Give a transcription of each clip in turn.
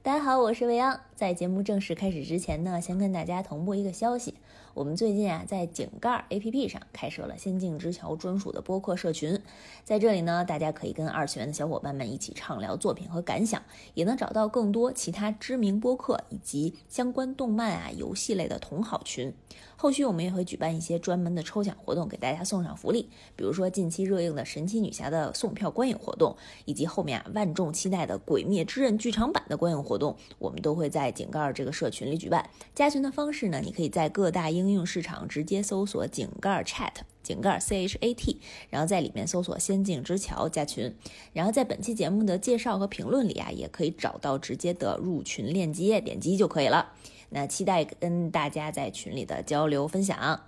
大家好，我是未央。在节目正式开始之前呢，先跟大家同步一个消息，我们最近在井盖 APP 上开设了仙境之桥专属的播客社群，在这里呢，大家可以跟二次元的小伙伴们一起畅聊作品和感想，也能找到更多其他知名播客以及相关动漫游戏类的同好群。后续我们也会举办一些专门的抽奖活动，给大家送上福利，比如说近期热映的神奇女侠的送票观影活动，以及后面万众期待的鬼灭之刃剧场版的观影活动，我们都会在井盖这个社群里举办。加群的方式呢，你可以在各大应用市场直接搜索井盖 chat， 井盖 CHAT， 然后在里面搜索仙境之桥加群，然后在本期节目的介绍和评论里也可以找到直接的入群链接，点击就可以了。那期待跟大家在群里的交流分享。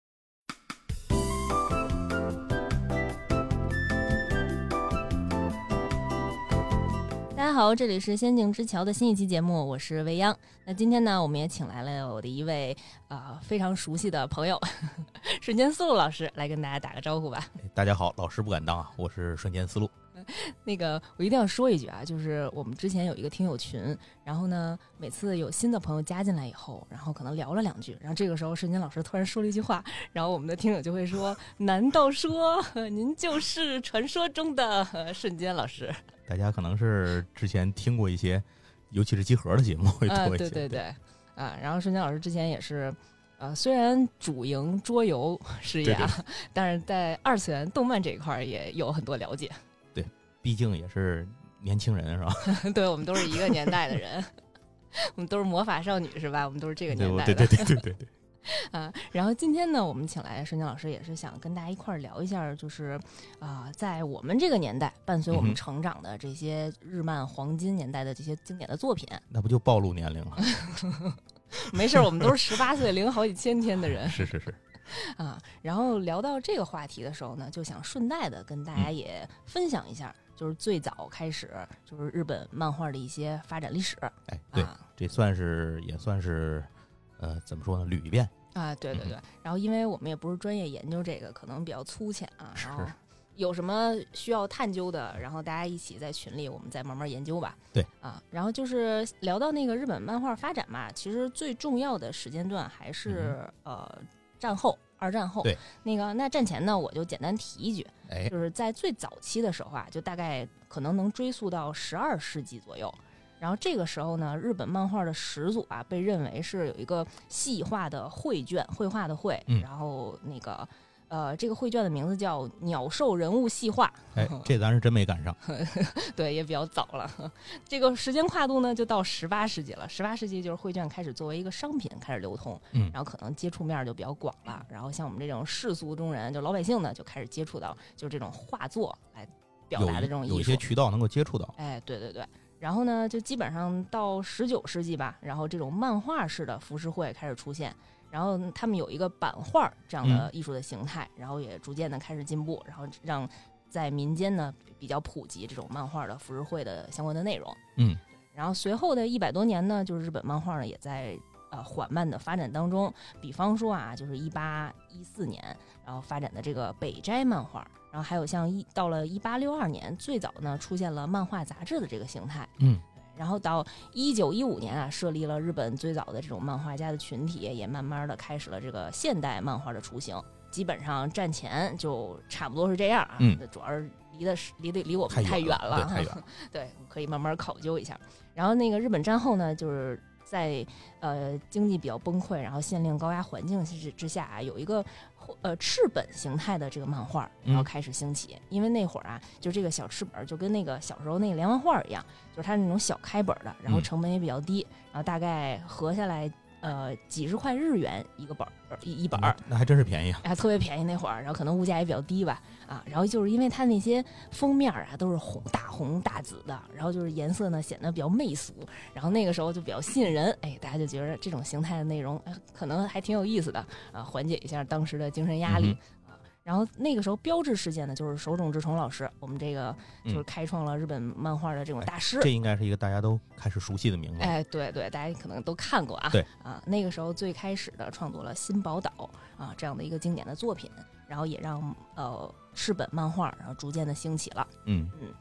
大家好，这里是仙境之桥的新一期节目，我是未央。那今天呢，我们也请来了我的一位非常熟悉的朋友瞬间思路老师来跟大家打个招呼吧。 大家好，老师不敢当啊，我是瞬间思路。 那个我一定要说一句啊，就是我们之前有一个听友群，然后呢每次有新的朋友加进来以后，然后可能聊了两句，然后这个时候瞬间老师突然说了一句话，然后我们的听友就会说难道说您就是传说中的瞬间老师？ 大家可能是之前听过一些尤其是集合的节目会多一些。 对然后瞬间老师之前也是虽然主营桌游事业对但是在二次元动漫这一块也有很多了解。 对，毕竟也是年轻人是吧？ 对，我们都是一个年代的人我们都是魔法少女是吧？我们都是这个年代的。 对然后今天呢，我们请来瞬间老师也是想跟大家一块聊一下，就是在我们这个年代伴随我们成长的这些日漫黄金年代的这些经典的作品。 那不就暴露年龄了？ 没事，我们都是18岁零好几千天的人。 是然后聊到这个话题的时候呢，就想顺带的跟大家也分享一下，就是最早开始就是日本漫画的一些发展历史。 对，这也算是怎么说呢，捋一遍对，然后因为我们也不是专业研究这个，可能比较粗浅然后有什么需要探究的，然后大家一起在群里我们再慢慢研究吧。 对然后就是聊到那个日本漫画发展嘛，其实最重要的时间段还是战后二战后。 对， 那战前呢，我就简单提一句，就是在最早期的时候就大概可能能追溯到12世纪左右。然后这个时候呢，日本漫画的始祖被认为是有一个细化的绘卷，绘画的绘，然后这个绘卷的名字叫鸟兽人物细画。 这咱是真没赶上对，也比较早了。这个时间跨度呢就到18世纪了。18世纪就是绘卷开始作为一个商品开始流通，然后可能接触面就比较广了。然后像我们这种世俗中人，就老百姓呢，就开始接触到就是这种画作来表达的这种艺术， 有一些渠道能够接触到。 对。然后呢，就基本上到19世纪吧，然后这种漫画式的浮世绘开始出现，然后他们有一个版画这样的艺术的形态，然后也逐渐的开始进步，然后让在民间呢比较普及这种漫画的浮世绘的相关的内容。然后随后的100多年呢，就是日本漫画呢也在缓慢的发展当中。比方说就是1814年，然后发展的这个北斋漫画，然后还有像到了1862年，最早呢出现了漫画杂志的这个形态。然后到1915年设立了日本最早的这种漫画家的群体，也慢慢的开始了这个现代漫画的雏形。基本上战前就差不多是这样主要是离我们太远了， 太远了对，可以慢慢考究一下。然后那个日本战后呢，就是在经济比较崩溃，然后限令高压环境之下有一个赤本形态的这个漫画，然后开始兴起。因为那会儿就这个小赤本就跟那个小时候那个连环画一样，就是它是那种小开本的，然后成本也比较低，然后大概合下来几十块日元一个本一本， 那还真是便宜特别便宜那会儿，然后可能物价也比较低吧然后就是因为它那些封面都是红大紫的，然后就是颜色呢显得比较媚俗，然后那个时候就比较吸引人，大家就觉得这种形态的内容可能还挺有意思的缓解一下当时的精神压力。然后那个时候标志事件呢，就是手冢治虫老师，我们这个就是开创了日本漫画的这种大师。 这应该是一个大家都开始熟悉的名字。 对，大家可能都看过对那个时候最开始的创作了新宝岛这样的一个经典的作品，然后也让赤本漫画然后逐渐的兴起了。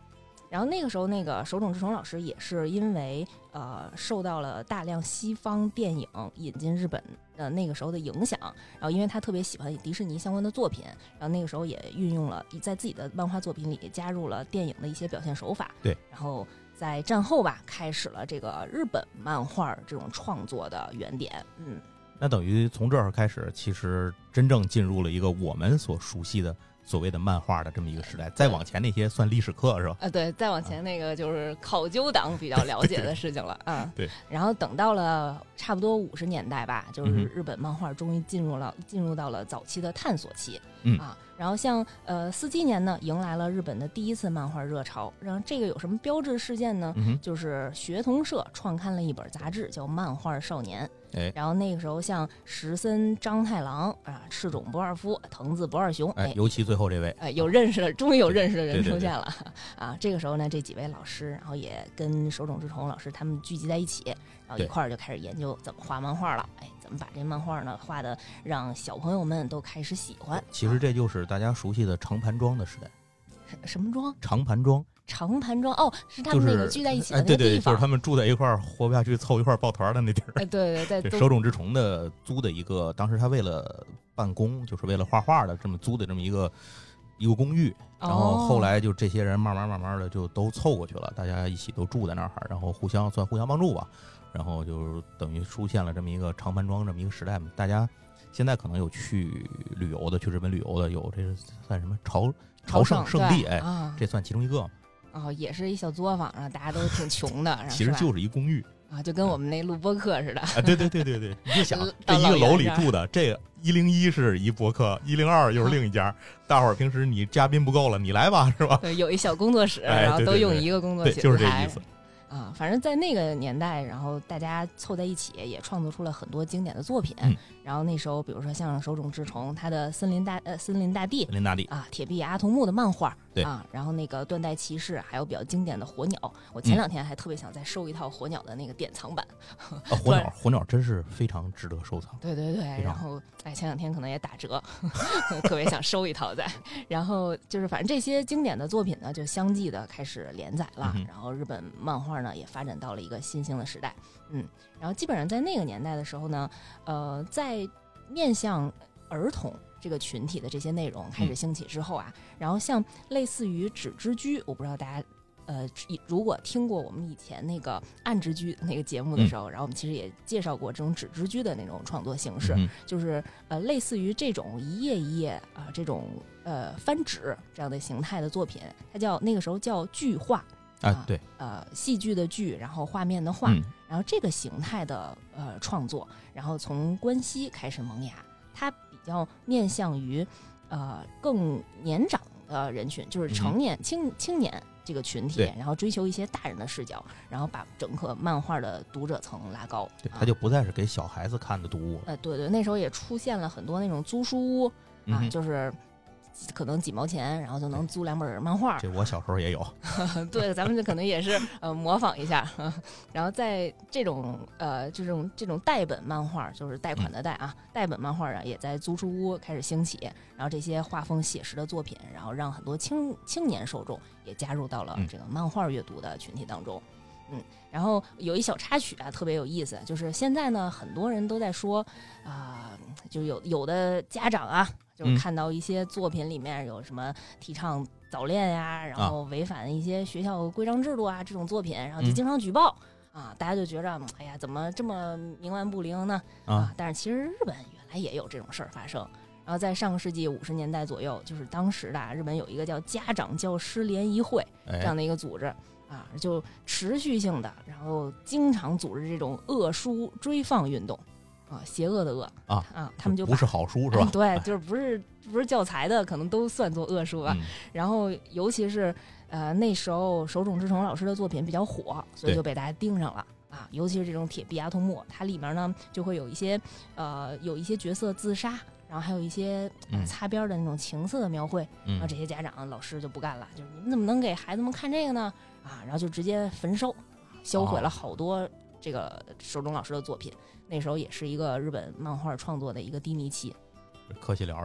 然后那个时候，那个手冢治虫老师也是因为受到了大量西方电影引进日本的那个时候的影响，然后因为他特别喜欢迪士尼相关的作品，然后那个时候也运用了在自己的漫画作品里加入了电影的一些表现手法。 对， 然后在战后吧，开始了这个日本漫画这种创作的原点。 那等于从这儿开始，其实真正进入了一个我们所熟悉的所谓的漫画的这么一个时代。再往前那些算历史课是吧？ 对，再往前那个就是考究党比较了解的事情了啊。 对。 然后等到了差不多50年代吧，就是日本漫画终于进入到了早期的探索期。然后像47年呢，迎来了日本的第一次漫画热潮。然后这个有什么标志事件呢？就是学童社创刊了一本杂志，叫《漫画少年》。然后那个时候，像石森章太郎啊、赤冢不二夫、藤子不二雄， 尤其最后这位， 有认识的，终于有认识的人出现了。啊，这个时候呢，这几位老师，然后也跟手冢治虫老师他们聚集在一起，然后一块儿就开始研究怎么画漫画了。怎么把这漫画呢画的让小朋友们都开始喜欢？ 其实这就是大家熟悉的长盘庄的时代。 什么庄？ 长盘庄。 长盘庄哦，是他们那个聚在一起的那个地方。 对，就是他们住在一块儿活不下去，凑一块儿抱团的那地儿。 对， 手冢治虫的租的一个，当时他为了办公，就是为了画画的这么租的这么一个公寓。然后后来就这些人慢慢的就都凑过去了，大家一起都住在那儿，然后互相帮助吧。然后就等于出现了这么一个长盘庄这么一个时代嘛。大家现在可能有去旅游的，去日本旅游的，有这算什么朝圣圣地？这算其中一个。 也是一小作坊啊，大家都挺穷的， 其实就是一公寓啊，就跟我们那录播客似的。 对，你就想这一个楼里住的，这个101是一播客，102又是另一家。大伙儿平时你嘉宾不够了，你来吧，是吧？ 对，有一小工作室，然后都用一个工作室， 就是这意思。 反正在那个年代，然后大家凑在一起，也创作出了很多经典的作品。然后那时候，比如说像手冢治虫他的森林大地啊，铁臂阿童木的漫画， 对啊，然后那个断代骑士，还有比较经典的火鸟。我前2天还特别想再收一套火鸟的那个典藏版。 火鸟真是非常值得收藏。 对，然后前2天可能也打折，特别想收一套在。然后就是反正这些经典的作品呢，就相继的开始连载了。然后日本漫画呢也发展到了一个新兴的时代。然后基本上在那个年代的时候呢，在面向儿童这个群体的这些内容开始兴起之后啊，然后像类似于纸之居，我不知道大家如果听过我们以前那个暗之居那个节目的时候，然后我们其实也介绍过这种纸之居的那种创作形式，就是类似于这种一页一页这种翻纸这样的形态的作品，它那个时候叫剧画。 对， 戏剧的剧，然后画面的画，然后这个形态的创作，然后从关西开始萌芽，它比较面向于更年长的人群，就是成年、青年这个群体，然后追求一些大人的视角，然后把整个漫画的读者层拉高。 对，它就不再是给小孩子看的读物了。 对，那时候也出现了很多那种租书屋就是可能几毛钱，然后就能租2本漫画。 这我小时候也有。 对，咱们就可能也是模仿一下。然后在这种这种代本漫画，就是贷款的代本漫画也在租书屋开始兴起。然后这些画风写实的作品，然后让很多青年受众也加入到了这个漫画阅读的群体当中。然后有一小插曲特别有意思，就是现在呢，很多人都在说就有的家长就是看到一些作品里面有什么提倡早恋呀，然后违反一些学校规章制度这种作品，然后就经常举报大家就觉着哎呀，怎么这么冥顽不灵呢？但是其实日本原来也有这种事儿发生。然后在上个世纪50年代左右，就是当时的日本有一个叫家长教师联谊会这样的一个组织就持续性的，然后经常组织这种恶书追放运动邪恶的恶他们就不是好书是吧？ 对，就是不是教材的，可能都算作恶书吧。然后尤其是那时候手冢治虫老师的作品比较火，所以就被大家盯上了尤其是这种铁臂阿童木，它里面呢就会有一些角色自杀，然后还有一些擦边的那种情色的描绘，然后这些家长老师就不干了，就是你们怎么能给孩子们看这个呢？然后就直接焚烧，销毁了好多这个手冢老师的作品。那时候也是一个日本漫画创作的一个低迷期。 客气聊的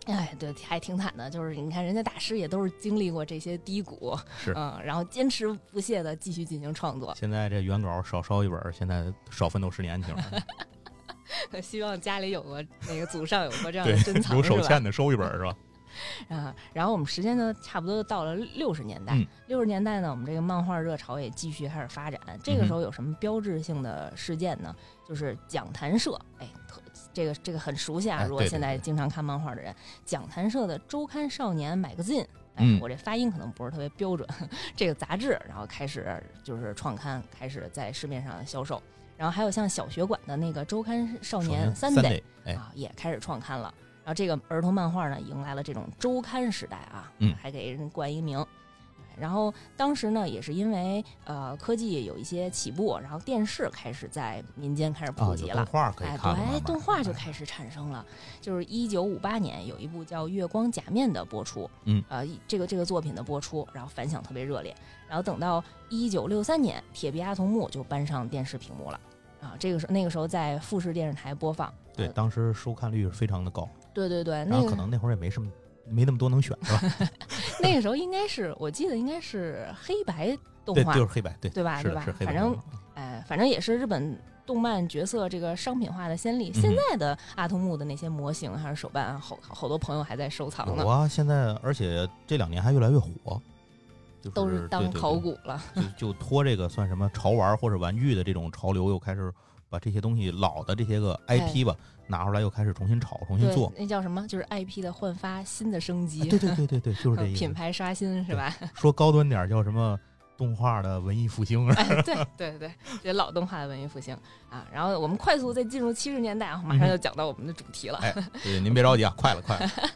哎，对，还挺惨的，就是你看人家大师也都是经历过这些低谷， 是， 然后坚持不懈的继续进行创作。 现在这原稿少烧一本，现在少奋斗10年轻了。 希望家里有个那个祖上有个这样的珍藏， 有手欠的收一本是吧？ 然后我们时间呢，差不多到了60年代。60年代呢，我们这个漫画热潮也继续开始发展。这个时候有什么标志性的事件呢？就是讲谈社，这个很熟悉啊。如果现在经常看漫画的人，讲谈社的周刊少年 magazine，我这发音可能不是特别标准。这个杂志，然后开始就是创刊，开始在市面上销售。然后还有像小学馆的那个周刊少年 Sunday 也开始创刊了。然后这个儿童漫画呢，迎来了这种周刊时代啊，还给人冠一名。然后当时呢，也是因为科技有一些起步，然后电视开始在民间开始普及了， 动画可以看了， 动画就开始产生了。就是1958年有一部叫《月光假面》的播出，这个作品的播出，然后反响特别热烈。然后等到1963年，《铁臂阿童木》就搬上电视屏幕了啊，那个时候在富士电视台播放， 对，当时收看率是非常的高。 对， 然后可能那会儿也没那么多能选，是吧？ 那个时候应该是，我记得应该是黑白动画， 对，就是黑白， 对吧？ 是黑白。 反正也是日本动漫角色这个商品化的先例。现在的阿童木的那些模型还是手办，好多朋友还在收藏呢。 有啊，现在而且这2年还越来越火， 都是当考古了， 就拖这个算什么潮玩或者玩具的这种潮流，又开始把这些东西老的这些个 IP 吧。拿出来又开始重新炒重新做， 那叫什么？就是 IP 的焕发，新的升级。 对，就是这意思。 品牌刷新是吧？ 说高端点叫什么动画的文艺复兴。 对，这老动画的文艺复兴啊。然后我们快速再进入70年代啊，马上就讲到我们的主题了。 对，您别着急啊，快了。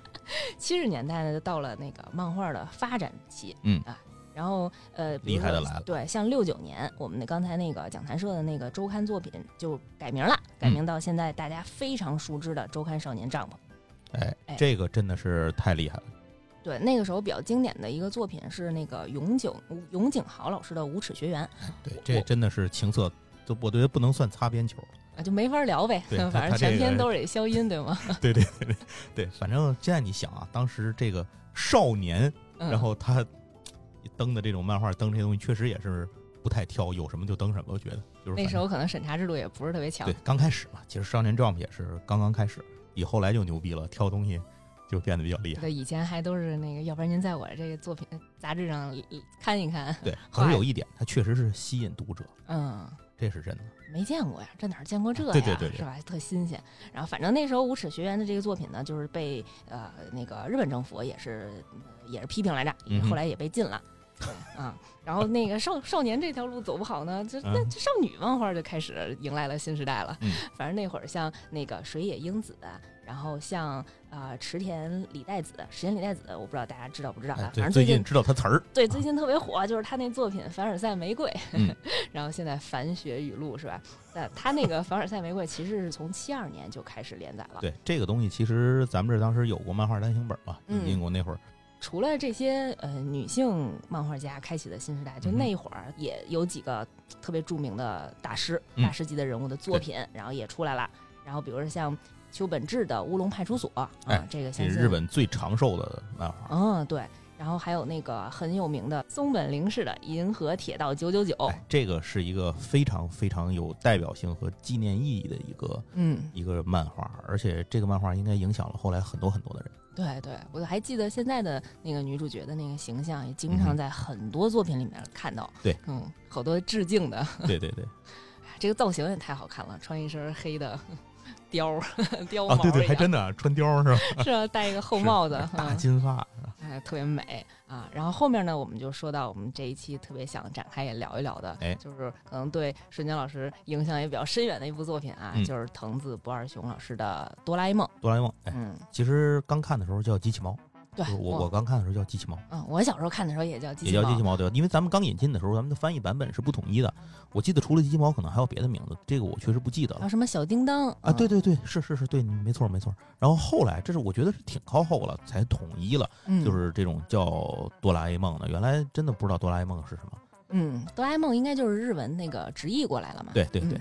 70年代呢，就到了那个漫画的发展期，然后厉害的来了。 对，像69年，我们刚才那个讲谈社的那个周刊作品就改名了，改名到现在大家非常熟知的周刊少年 Jump。 这个真的是太厉害了。 对，那个时候比较经典的一个作品是那个永井豪老师的《无耻学园》。 对，这真的是情色，我觉得不能算擦边球啊，就没法聊呗。反正全篇都是消音，对吗？ 对，反正现在你想啊，当时这个少年，然后他登的这种漫画，登这些东西确实也是不太挑，有什么就登什么。我觉得就是那时候可能审查制度也不是特别强。 对，刚开始嘛，其实少年 Jump 也是刚刚开始，以后来就牛逼了，挑东西就变得比较厉害。 对，以前还都是那个，要不然您在我这个作品杂志上看一看。 对，可是有一点，它确实是吸引读者。这是真的。 没见过呀，这哪见过这呀？ 对， 是吧？特新鲜。然后反正那时候无耻学园的这个作品呢，就是被那个日本政府也是批评来着，后来也被禁了。对然后那个少年这条路走不好呢，这少女漫画就开始迎来了新时代了。反正那会儿像那个水野英子，然后像石田李代子，我不知道大家知道不知道啊？反正最近知道他词儿。 对，最近特别火，就是他那作品《凡尔赛玫瑰》，然后现在反雪语录是吧？他那个《凡尔赛玫瑰》其实是从72年就开始连载了。 对，这个东西其实咱们这当时有过漫画单行本嘛，引进过那会儿。 除了这些女性漫画家开启的新时代，就那会儿也有几个特别著名的大师级的人物的作品，然后也出来了。然后比如说像秋本智的《乌龙派出所》这个相信日本最长寿的漫画。 对。然后还有那个很有名的松本零士的《银河铁道999》， 这个是一个非常非常有代表性和纪念意义的一个漫画，而且这个漫画应该影响了后来很多很多的人。 对，我还记得现在的那个女主角的那个形象，也经常在很多作品里面看到。 对， 好多致敬的。 对， 这个造型也太好看了，穿一身黑的貂毛对，还真的穿貂是吧？ 是啊，戴一个厚帽子， 大金发， 特别美啊。然后后面呢，我们就说到我们这一期特别想展开也聊一聊的，就是可能对瞬间老师影响也比较深远的一部作品啊，就是藤子不二雄老师的《哆啦 A 梦》。 其实刚看的时候叫机器猫。 对， 我刚看的时候叫机器猫。 我小时候看的时候也叫机器猫， 也叫机器猫，对吧？因为咱们刚引进的时候，咱们的翻译版本是不统一的。我记得除了机器猫，可能还有别的名字，这个我确实不记得了。 还有什么小叮当啊？对，是，对，没错。然后后来，这是我觉得是挺靠后了，才统一了，就是这种叫哆啦 A 梦的。原来真的不知道哆啦 A 梦是什么。 哆啦 A 梦应该就是日文那个直译过来了嘛。 对。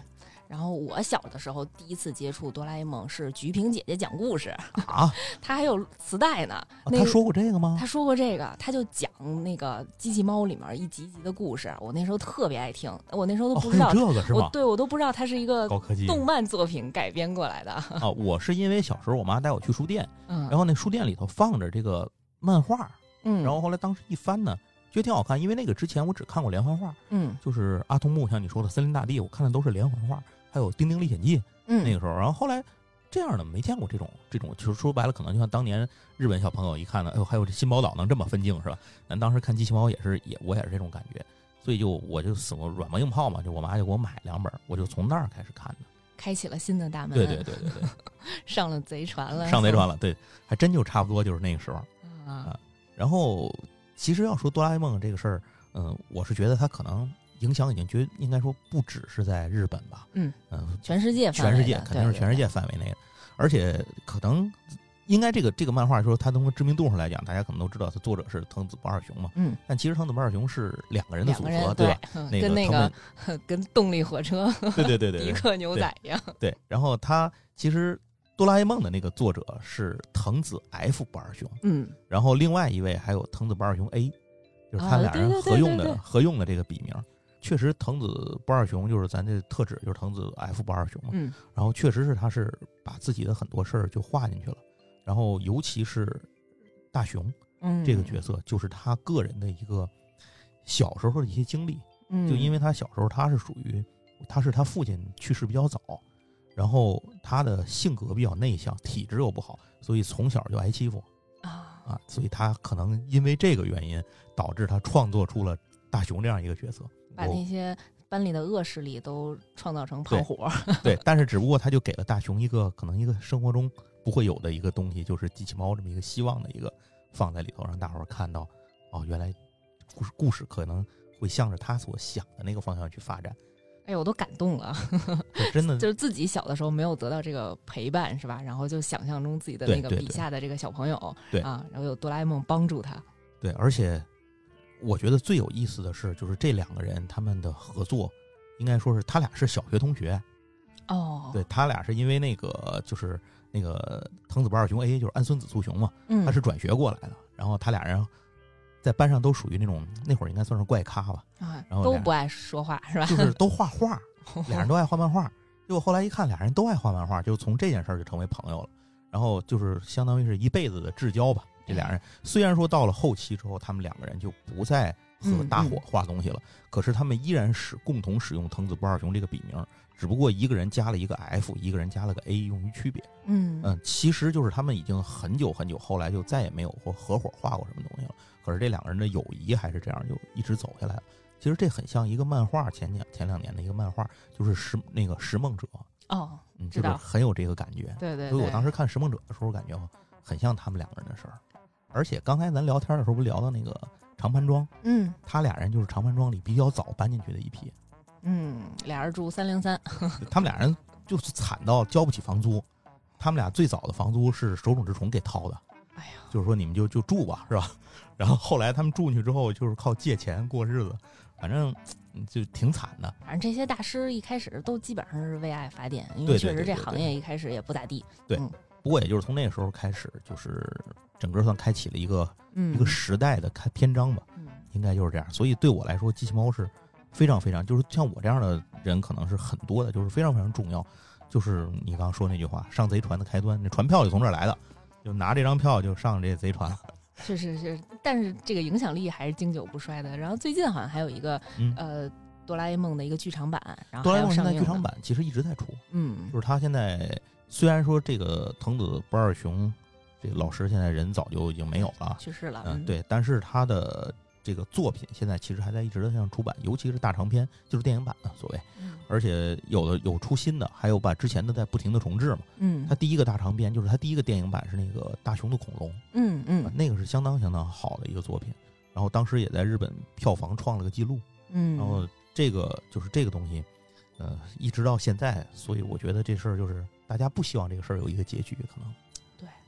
然后我小的时候第一次接触哆啦 A 梦是菊萍姐姐讲故事啊， 她还有磁带呢。 他说过这个吗？ 他说过这个，他就讲那个机器猫里面一集一集的故事，我那时候特别爱听，我那时候都不知道、 这个是吗？ 我都不知道它是一个高科技动漫作品改编过来的啊。我是因为小时候我妈带我去书店，然后那书店里头放着这个漫画，然后后来当时一翻呢，觉得挺好看，因为那个之前我只看过连环画，就是阿童木像你说的森林大地，我看的都是连环画，还有丁丁历险记，那个时候，然后后来这样的没见过这种，就是说白了，可能就像当年日本小朋友一看呢，哎呦，还有这新宝岛能这么分镜是吧？咱当时看机器猫我也是这种感觉，所以我就死活软磨硬泡嘛，就我妈就给我买2本，我就从那儿开始看的， 开启了新的大门。 对， 上了贼船了， 上贼船了，对，还真就差不多就是那个时候啊。然后其实要说哆啦 A 梦这个事儿，我是觉得它可能影响已经应该说不只是在日本吧， 全世界肯定是全世界范围内的，而且可能应该这个漫画说它从知名度上来讲，大家可能都知道，它作者是藤子不二雄嘛，但其实藤子不二雄是2个人的组合，对吧？ 跟动力火车， 对， 迪克牛仔一样， 对。然后他其实哆啦 A 梦的那个作者是藤子 F 不二雄，然后另外一位还有藤子不二雄 A， 就是他俩人合用的这个笔名。确实，藤子不二雄就是咱这特指就是藤子 F 不二雄嘛，然后确实是他是把自己的很多事儿就画进去了，然后尤其是大雄这个角色，就是他个人的一个小时候的一些经历，就因为他小时候他是他父亲去世比较早，然后他的性格比较内向，体质又不好，所以从小就挨欺负啊，所以他可能因为这个原因导致他创作出了大雄这样一个角色， 把那些班里的恶势力都创造成胖虎。 对，但是只不过他就给了大雄可能一个生活中不会有的一个东西，就是机器猫这么一个希望的一个放在里头，让大伙儿看到原来故事可能会向着他所想的那个方向去发展。 哎呦，我都感动了， 真的就是自己小的时候没有得到这个陪伴，是吧？然后就想象中自己的那个笔下的这个小朋友， 对啊，然后有哆啦 A 梦帮助他。 对，而且我觉得最有意思的是，就是这2个人他们的合作，应该说是他俩是小学同学。对，他俩是因为那个就是那个藤子不二雄 A 就是安孙子素雄嘛，他是转学过来的，然后他俩人在班上都属于那种那会儿应该算是怪咖吧，然后都不爱说话是吧？ 就是都画画，俩人都爱画漫画。结果后来一看，俩人都爱画漫画，就从这件事儿就成为朋友了。然后就是相当于是一辈子的至交吧。这俩人虽然说到了后期之后，他们2个人就不再和大伙画东西了，可是他们依然共同使用藤子不二雄这个笔名，只不过一个人加了一个 F， 一个人加了个 A， 用于区别。其实就是他们已经很久很久，后来就再也没有合伙画过什么东西了。可是这2个人的友谊还是这样就一直走下来了。其实这很像一个漫画，前2年的一个漫画，就是拾梦者。就是很有这个感觉。 对。 所以我当时看拾梦者的时候，感觉很像他们2个人的事儿。而且刚才咱聊天的时候，不聊到那个长盘庄，他俩人就是长盘庄里比较早搬进去的一批， 俩人住303， 他们俩人就是惨到交不起房租，他们俩最早的房租是手冢治虫给掏的， 哎呀， 就是说你们就住吧，是吧？然后后来他们住进去之后，就是靠借钱过日子，反正就挺惨的。 反正这些大师一开始都基本上是为爱发电，因为确实这行业一开始也不咋地。 对，不过也就是从那个时候开始，就是整个算开启了一个时代的篇章吧，应该就是这样。所以对我来说，机器猫是非常非常，就是像我这样的人可能是很多的，就是非常非常重要。就是你刚刚说那句话，上贼船的开端，那船票就从这儿来的，就拿这张票就上这贼船。 是，但是这个影响力还是经久不衰的。然后最近好像还有一个哆啦 A 梦的一个剧场版，然后哆啦 A 梦现在剧场版其实一直在出，就是他现在虽然说这个藤子不二雄这个老师现在人早就已经没有了， 去世了， 对，但是他的这个作品现在其实还在一直在向出版，尤其是大长篇，就是电影版的所谓，而且有出新的，还有把之前的在不停的重制嘛。他第一个大长篇就是他第一个电影版是那个大雄的恐龙，那个是相当相当好的一个作品，然后当时也在日本票房创了个记录，然后这个就是这个东西，一直到现在，所以我觉得这事儿就是大家不希望这个事儿有一个结局，可能。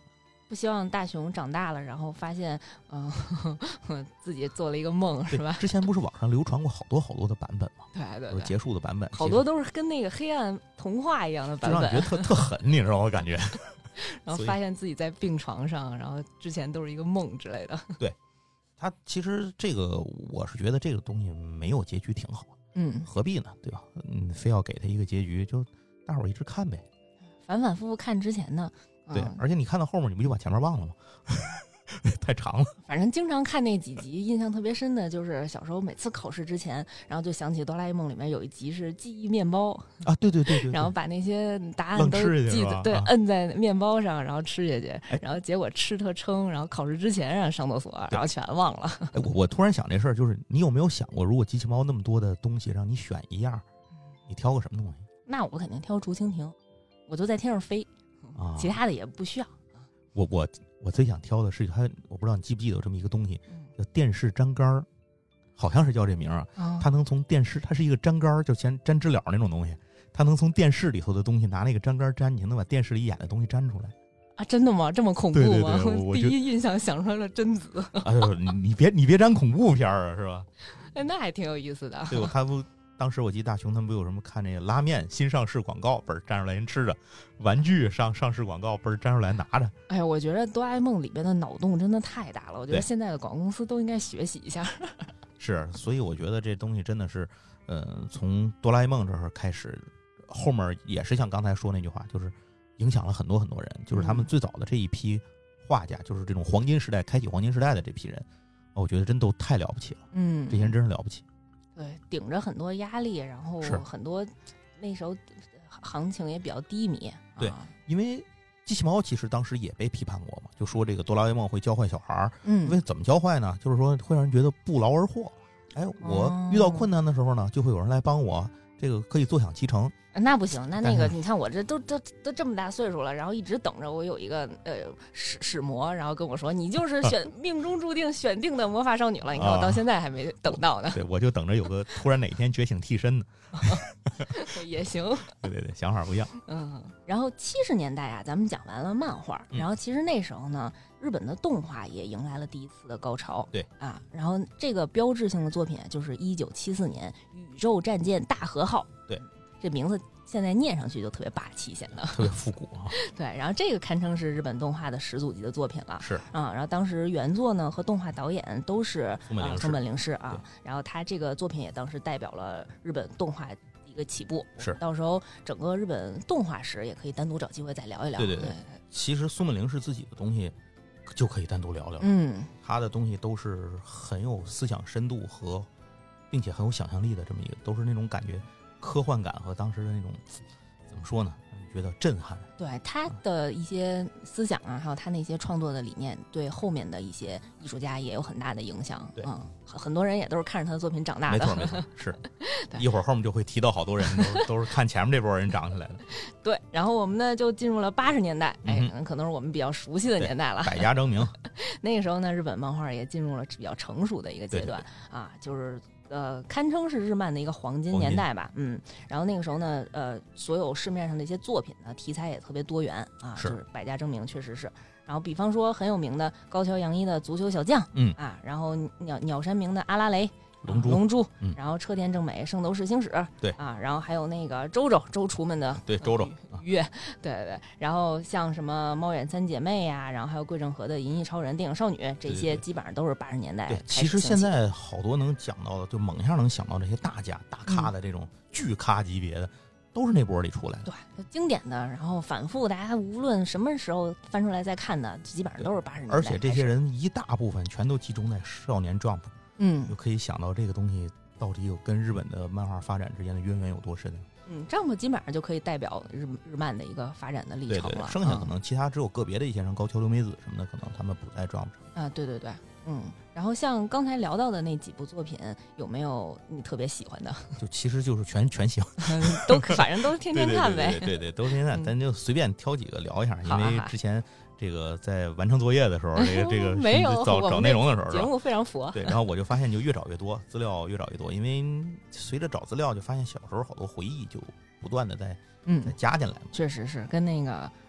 不希望大雄长大了，然后发现，自己做了一个梦，是吧？ 之前不是网上流传过好多的版本吗？ 对， 就是结束的版本， 好多都是跟那个黑暗童话一样的版本， 就让你觉得特狠，你知道吗？感觉。 然后发现自己在病床上，然后之前都是一个梦之类的。 对，他其实这个我是觉得这个东西没有结局挺好，何必呢？对吧？非要给他一个结局，就大伙儿一直看呗， 反反复复看之前呢。 对，而且你看到后面，你不就把前面忘了吗？太长了。 反正经常看那几集，印象特别深的就是小时候每次考试之前，然后就想起哆啦 A 梦里面有一集是记忆面包啊，对，然后把那些答案都记得，对，摁在面包上，然后吃下去，然后结果吃特撑，然后考试之前让上厕所，然后全忘了。 我突然想这事儿，就是你有没有想过，如果机器猫那么多的东西让你选一样，你挑个什么东西？ 那我肯定挑竹蜻蜓，我就在天上飞。其他的也不需要。 我最想挑的是它，我不知道你记不记得有这么一个东西，叫电视粘杆，好像是叫这名啊。它能从电视，它是一个粘杆，就像粘知了那种东西，它能从电视里头的东西拿那个粘杆粘，你能把电视里演的东西粘出来啊？真的吗？这么恐怖吗？ 对， 我第一印象想出来了贞子。 你别粘恐怖片啊，是吧？ 那还挺有意思的。 对，他不。当时我记得大雄他们不有什么看那个拉面新上市广告，嘣粘出来人吃着，玩具上市广告嘣粘出来拿着。 哎呀，我觉得哆啦 A 梦里边的脑洞真的太大了，我觉得现在的广告公司都应该学习一下。 是，所以我觉得这东西真的是，从哆啦 A 梦这儿开始，后面也是像刚才说那句话，就是影响了很多人，就是他们最早的这一批画家，就是这种黄金时代开启黄金时代的这批人，我觉得真都太了不起了。这些人真是了不起。 对，顶着很多压力，然后很多那时候行情也比较低迷。 对，因为机器猫其实当时也被批判过嘛，就说这个哆啦 A 梦会教坏小孩儿。因为怎么教坏呢？就是说会让人觉得不劳而获。哎，我遇到困难的时候呢，就会有人来帮我，这个可以坐享其成。 那不行，那个你看我这都这么大岁数了，然后一直等着我有一个使魔，然后跟我说你就是命中注定选定的魔法少女了。你看我到现在还没等到呢。 对，我就等着有个突然哪天觉醒替身呢。 也行。 对，想法不一样。 然后70年代啊，咱们讲完了漫画，然后其实那时候呢，日本的动画也迎来了第一次的高潮。 对啊，然后这个标志性的作品就是1974年《宇宙战舰大和号》。 对。 这名字现在念上去就特别霸气，显得特别复古啊。 对，然后这个堪称是日本动画的始祖级的作品了。 是啊，然后当时原作呢和动画导演都是松本零士啊， 然后他这个作品也当时代表了日本动画一个起步。 是， 到时候整个日本动画史也可以单独找机会再聊一聊。 对，其实松本零士自己的东西就可以单独聊聊。他的东西都是很有思想深度和，并且很有想象力的这么一个，都是那种感觉。科幻感和当时的那种怎么说呢？觉得震撼。 对他的一些思想啊，还有他那些创作的理念，对后面的一些艺术家也有很大的影响。 对， 很多人也都是看着他的作品长大的。 没错，是。一会儿后面就会提到好多人都是看前面这波人长起来的。 对，然后我们呢就进入了80年代，可能是我们比较熟悉的年代了。 百家争鸣。 那个时候呢，日本漫画也进入了比较成熟的一个阶段。啊，就是。堪称是日漫的一个黄金年代吧，然后那个时候呢，所有市面上的一些作品呢，题材也特别多元啊，就是百家争鸣，确实是。然后比方说很有名的高桥阳一的《足球小将》，然后鸟山明的《阿拉蕾》。龙珠，然后车田正美《圣斗士星矢》， 对啊，然后还有那个周厨们的周月，对，然后像什么猫眼三姐妹呀，然后还有桂正和的《银翼超人》《电影少女》，这些基本上都是80年代。 对，其实现在好多能讲到的，就猛一下能想到这些大家大咖的这种巨咖级别的，都是那波里出来的。 对，经典的，然后反复大家无论什么时候翻出来再看的，基本上都是80年代。 而且这些人一大部分全都集中在少年 Jump。就可以想到这个东西到底有跟日本的漫画发展之间的渊源有多深。 Jump基本上就可以代表日漫的一个发展的历程了。 对，剩下可能其他只有个别的一些人，高桥留美子什么的，可能他们不在 Jump 上。 啊，对，然后像刚才聊到的那几部作品，有没有你特别喜欢的？ 就其实就是全行， 反正都天天看呗。 对，都天天看，咱就随便挑几个聊一下，因为之前。这个在完成作业的时候，这个没有找内容的时候， 节目非常佛。 对，然后我就发现就越找越多，资料越找越多，因为随着找资料，就发现小时候好多回忆就不断的在加进来。 确实是跟那个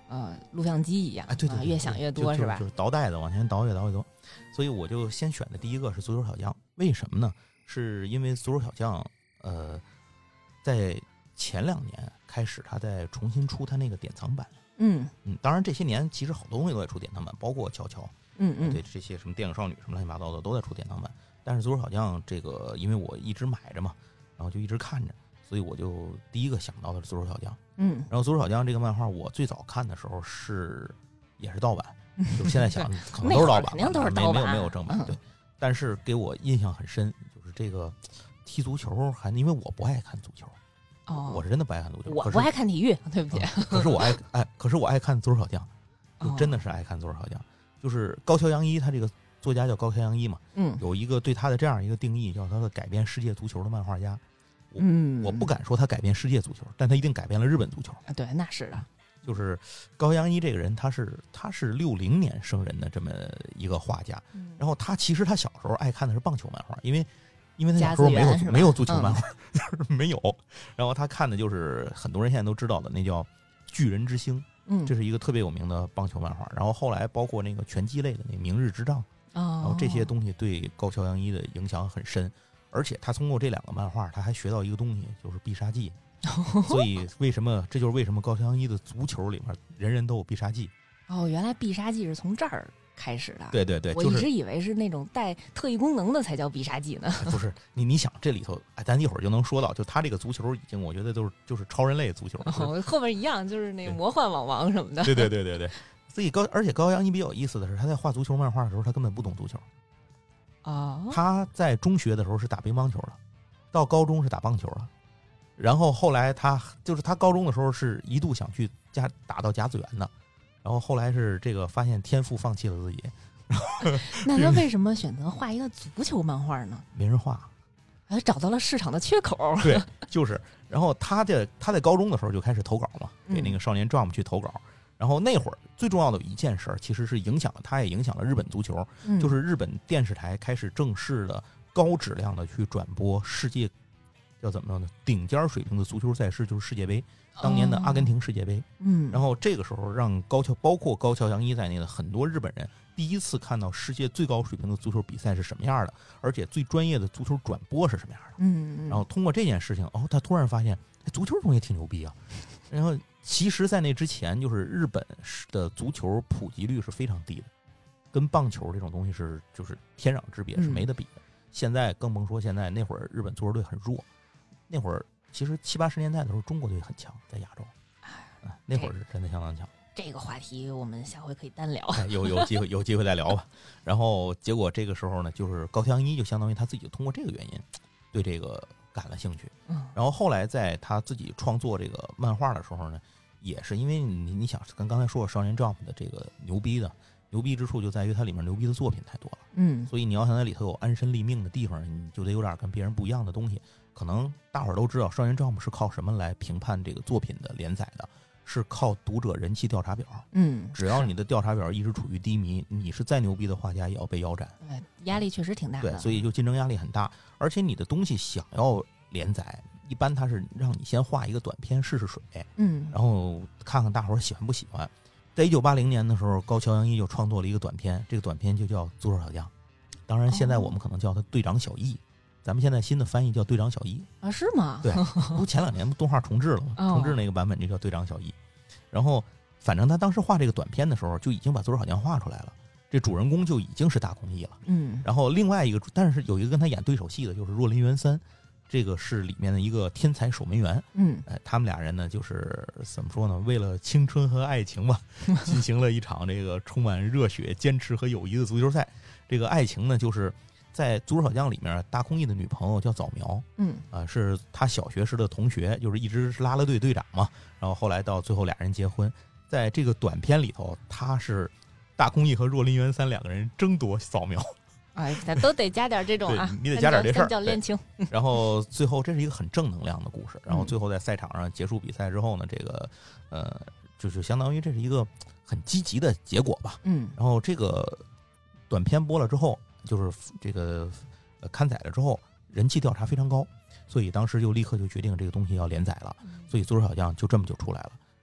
录像机一样， 对对， 越想越多是吧？ 就是倒带子往前倒越倒越多，所以我就先选的第一个是足球小将。为什么呢？是因为足球小将，在前2年开始，他在重新出他那个典藏版。当然这些年其实好多东西都在出典藏版，包括乔乔，对这些什么电影少女什么乱七八糟的都在出典藏版。但是足球小将这个，因为我一直买着嘛，然后就一直看着，所以我就第一个想到的是足球小将。然后足球小将这个漫画，我最早看的时候也是盗版，就现在想可能都是盗版， 肯定都是盗版， 没有正版。对，但是给我印象很深，就是这个踢足球，因为我不爱看足球。我是真的不爱看足球， 我不爱看体育，对不起。 可是我爱看足球小将，就真的是爱看足球小将。就是高桥阳一，他这个作家叫高桥阳一嘛，有一个对他的这样一个定义，叫他的改变世界足球的漫画家。我不敢说他改变世界足球，但他一定改变了日本足球。 对，那是的。 就是高桥阳一这个人，他是60年生人的这么一个画家，然后他其实他小时候爱看的是棒球漫画，因为他小时候没有足球漫画，就是没有。然后他看的就是很多人现在都知道的那叫《巨人之星》，这是一个特别有名的棒球漫画。然后后来包括那个拳击类的那《明日之杖》，然后这些东西对高桥阳一的影响很深。而且他通过这2个漫画，他还学到一个东西，就是必杀技。所以这就是为什么高桥阳一的足球里面人人都有必杀技。 原来必杀技是从这儿开始的。 对对对， 我一直以为是那种带特异功能的才叫必杀技呢。 不是，你想这里头，咱一会儿就能说到，就他这个足球已经，我觉得就是超人类足球。 后面一样，就是那个魔幻网王什么的。 对。所以而且高桥阳一比较有意思的是，他在画足球漫画的时候，他根本不懂足球。他在中学的时候是打乒乓球的，到高中是打棒球的，然后后来他高中的时候是一度想去打到甲子园的，然后后来是这个发现天赋放弃了自己。 那他为什么选择画一个足球漫画呢？ 没人画， 找到了市场的缺口。 对，就是。然后他在高中的时候就开始投稿嘛，给那个少年 Jump 去投稿。然后那会儿最重要的一件事其实是他也影响了日本足球，就是日本电视台开始正式的高质量的去转播世界叫怎么着呢？顶尖水平的足球赛事，就是世界杯，当年的阿根廷世界杯。然后这个时候让包括高桥阳一在内的很多日本人第一次看到世界最高水平的足球比赛是什么样的，而且最专业的足球转播是什么样的。然后通过这件事情，他突然发现，足球东西挺牛逼啊。然后其实在那之前，就是日本的足球普及率是非常低的，跟棒球这种东西就是天壤之别，是没得比的。现在更甭说，现在那会儿日本足球队很弱，那会儿其实70、80年代的时候，中国队很强，在亚洲，那会儿是真的相当强。 这个话题我们下回可以单聊， 有机会再聊吧。然后结果这个时候呢，就是高桥阳一就相当于他自己通过这个原因对这个感了兴趣。然后后来在他自己创作这个漫画的时候呢，也是因为你想跟刚才说的少年 Jump 的这个牛逼之处就在于它里面牛逼的作品太多了。所以你要想在里头有安身立命的地方，你就得有点跟别人不一样的东西。可能大伙儿都知道，少年 Jump 是靠什么来评判这个作品的连载的？是靠读者人气调查表。只要你的调查表一直处于低迷，你是再牛逼的画家也要被腰斩。 压力确实挺大的。 对，所以就竞争压力很大。而且你的东西想要连载，一般它是让你先画一个短片试试水，然后看看大伙儿喜欢不喜欢。在1980年的时候，高桥阳一就创作了一个短片，这个短片就叫《足球小将》。当然，现在我们可能叫他队长小易。咱们现在新的翻译叫队长小易啊？是吗？ 对，不前2年动画重置了吗？重置那个版本就叫队长小易。然后，反正他当时画这个短片的时候，就已经把足球小将画出来了。这主人公就已经是大空翼了。然后另外一个，但是有一个跟他演对手戏的，就是若林元三，这个是里面的一个天才守门员。他们俩人呢，就是怎么说呢？为了青春和爱情吧，进行了一场这个充满热血、坚持和友谊的足球赛。这个爱情呢，就是在足球小将里面，大空翼的女朋友叫早苗，是他小学时的同学，就是一直是啦啦队队长嘛。然后后来到最后俩人结婚，在这个短片里头，他是大空翼和若林元三两个人争夺早苗。 咱都得加点这种啊， 你得加点这事儿， 叫恋情。 然后最后这是一个很正能量的故事。然后最后在赛场上结束比赛之后呢，这个就是相当于这是一个很积极的结果吧。然后这个短片播了之后，就是这个刊载了之后，人气调查非常高，所以当时就立刻就决定这个东西要连载了。所以足球小将就这么就出来了。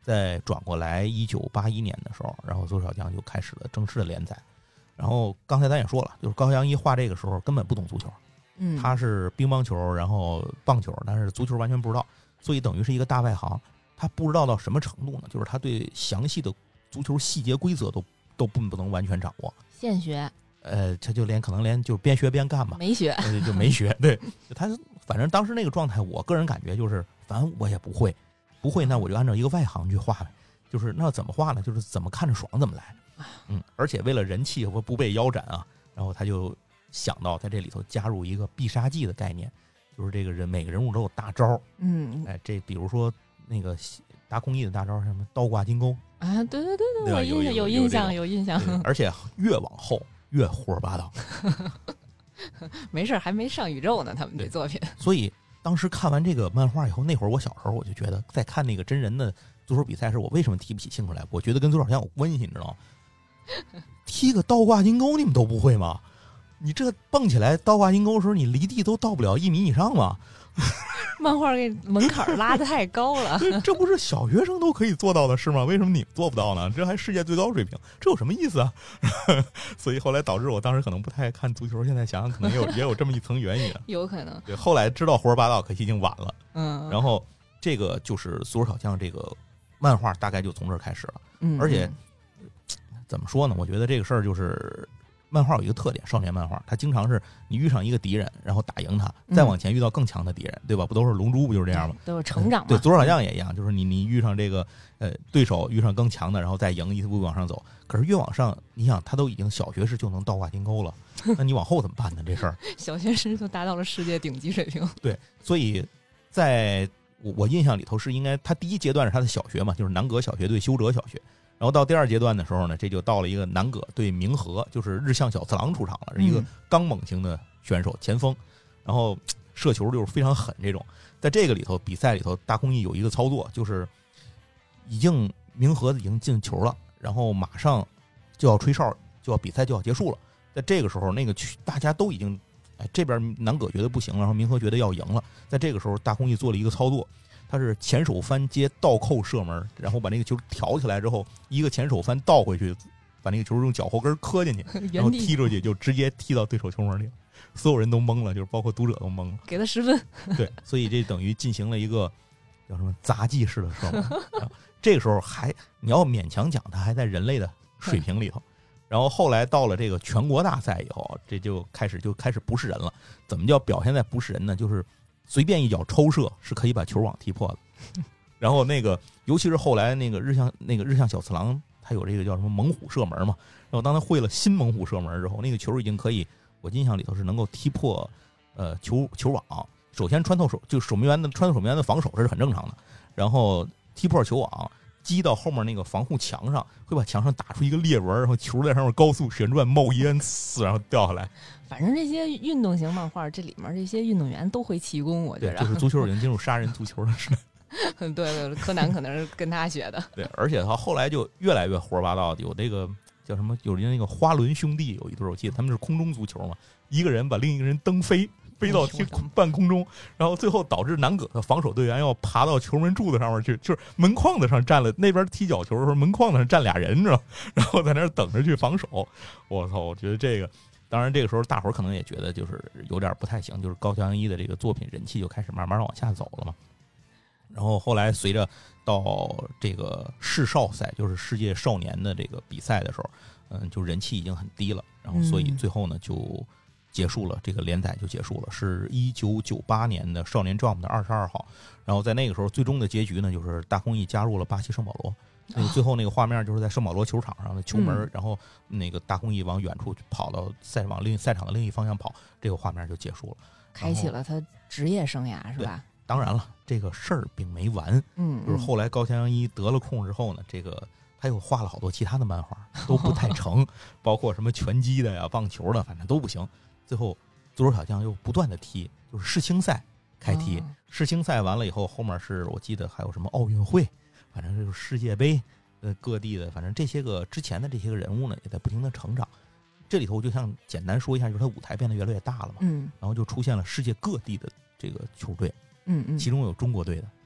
再转过来1981年的时候，然后足球小将就开始了正式的连载。然后刚才咱也说了，就是高翔一画这个时候根本不懂足球，他是乒乓球，然后棒球，但是足球完全不知道，所以等于是一个大外行。他不知道到什么程度呢？就是他对详细的足球细节规则都不能完全掌握， 现学。 他就可能连就边学边干吧， 没学， 就没学。对，他反正当时那个状态，我个人感觉就是，反正我也不会，那我就按照一个外行去画呗。就是那怎么画呢？就是怎么看着爽怎么来。而且为了人气和不被腰斩啊，然后他就想到在这里头加入一个必杀技的概念，就是这个人每个人物都有大招。这比如说那个大空翼的大招什么倒挂金钩啊，对，我有印象。 而且越往后越胡说八道。 没事，还没上宇宙呢，他们这作品。 所以当时看完这个漫画以后，那会儿我小时候我就觉得，在看那个真人的足球比赛时，我为什么提不起兴趣来？我觉得跟足球好像有关系，你知道吗？踢个倒挂金钩你们都不会吗？你这蹦起来倒挂金钩的时候，你离地都到不了1米以上吗？ 漫画给门槛拉得太高了。 这不是小学生都可以做到的事吗？为什么你们做不到呢？这还世界最高水平，这有什么意思啊？所以后来导致我当时可能不太爱看足球，现在想想可能也有这么一层原因。 有可能。 对，后来知道胡说八道，可惜已经晚了。然后这个就是足球小将这个漫画大概就从这儿开始了。而且怎么说呢？我觉得这个事儿就是漫画有一个特点，少年漫画它经常是你遇上一个敌人，然后打赢他，再往前遇到更强的敌人，对吧？不都是龙珠不就是这样吗？ 都是成长嘛。 对，足球小将也一样，就是你遇上这个对手，遇上更强的，然后再赢，一步步往上走。可是越往上，你想他都已经小学时就能倒挂金钩了，那你往后怎么办呢？这事儿小学时就达到了世界顶级水平。 对，所以在我印象里头是应该他第一阶段是他的小学嘛，就是南葛小学对修哲小学。然后到第二阶段的时候呢，这就到了一个南葛对明和，就是日向小次郎出场了，是一个刚猛型的选手，前锋，然后射球就是非常狠这种。在这个里头比赛里头，大空翼有一个操作，就是明和已经进球了，然后马上就要吹哨，比赛就要结束了。在这个时候，那个大家都已经这边南葛觉得不行了，然后明和觉得要赢了。在这个时候，大空翼做了一个操作。他是前手翻接倒扣射门，然后把那个球挑起来之后，一个前手翻倒回去，把那个球用脚后跟磕进去，然后踢出去，就直接踢到对手球门里，所有人都懵了，就是包括读者都懵了， 给他10分。 对，所以这等于进行了一个叫什么杂技式的射门。这个时候你要勉强讲，他还在人类的水平里头。然后后来到了这个全国大赛以后，这就开始不是人了。怎么叫表现在不是人呢？就是随便一脚抽射是可以把球网踢破的。然后尤其是后来那个日向小次郎，他有这个叫什么猛虎射门嘛。然后当他会了新猛虎射门之后，那个球已经可以，我印象里头是能够踢破球网。首先穿透守门员的防守这是很正常的，然后踢破球网，击到后面那个防护墙上，会把墙上打出一个裂纹，然后球在上面高速旋转冒烟，然后掉下来。 反正这些运动型漫画，这里面这些运动员都会气功，我觉得。 对，就是足球已经进入杀人足球的时代。 对，柯南可能是跟他学的。 对，而且他后来就越来越胡说八道，有这个叫什么？有那个花轮兄弟有一对，我记得他们是空中足球嘛，一个人把另一个人蹬飞到半空中，然后最后导致南葛的防守队员要爬到球门柱子上面去，就是门框子上站了，那边踢脚球的时候门框子上站俩人，你知道，然后在那儿等着去防守。我操，我觉得这个。当然，这个时候大伙儿可能也觉得就是有点不太行，就是高桥阳一的这个作品人气就开始慢慢往下走了嘛。然后后来随着到这个世少赛，就是世界少年的这个比赛的时候，就人气已经很低了。然后所以最后呢就结束了，这个连载就结束了，是1998年的少年 Jump 的22号。然后在那个时候，最终的结局呢，就是大空翼加入了巴西圣保罗。那个最后那个画面就是在圣保罗球场上的球门，然后那个大空翼往远处跑到赛场的另一方向跑，这个画面就结束了， 开启了他职业生涯，是吧？ 当然了，这个事儿并没完，就是后来高桥阳一得了空之后呢，这个他又画了好多其他的漫画，都不太成，包括什么拳击的呀、棒球的，反正都不行。最后足球小将又不断的踢，就是世青赛开踢，世青赛完了以后，后面是我记得还有什么奥运会。反正就是世界杯，各地的，反正这些个之前的这些个人物呢，也在不停的成长。这里头我就想简单说一下，就是他舞台变得越来越大了嘛，然后就出现了世界各地的这个球队，其中有中国队的，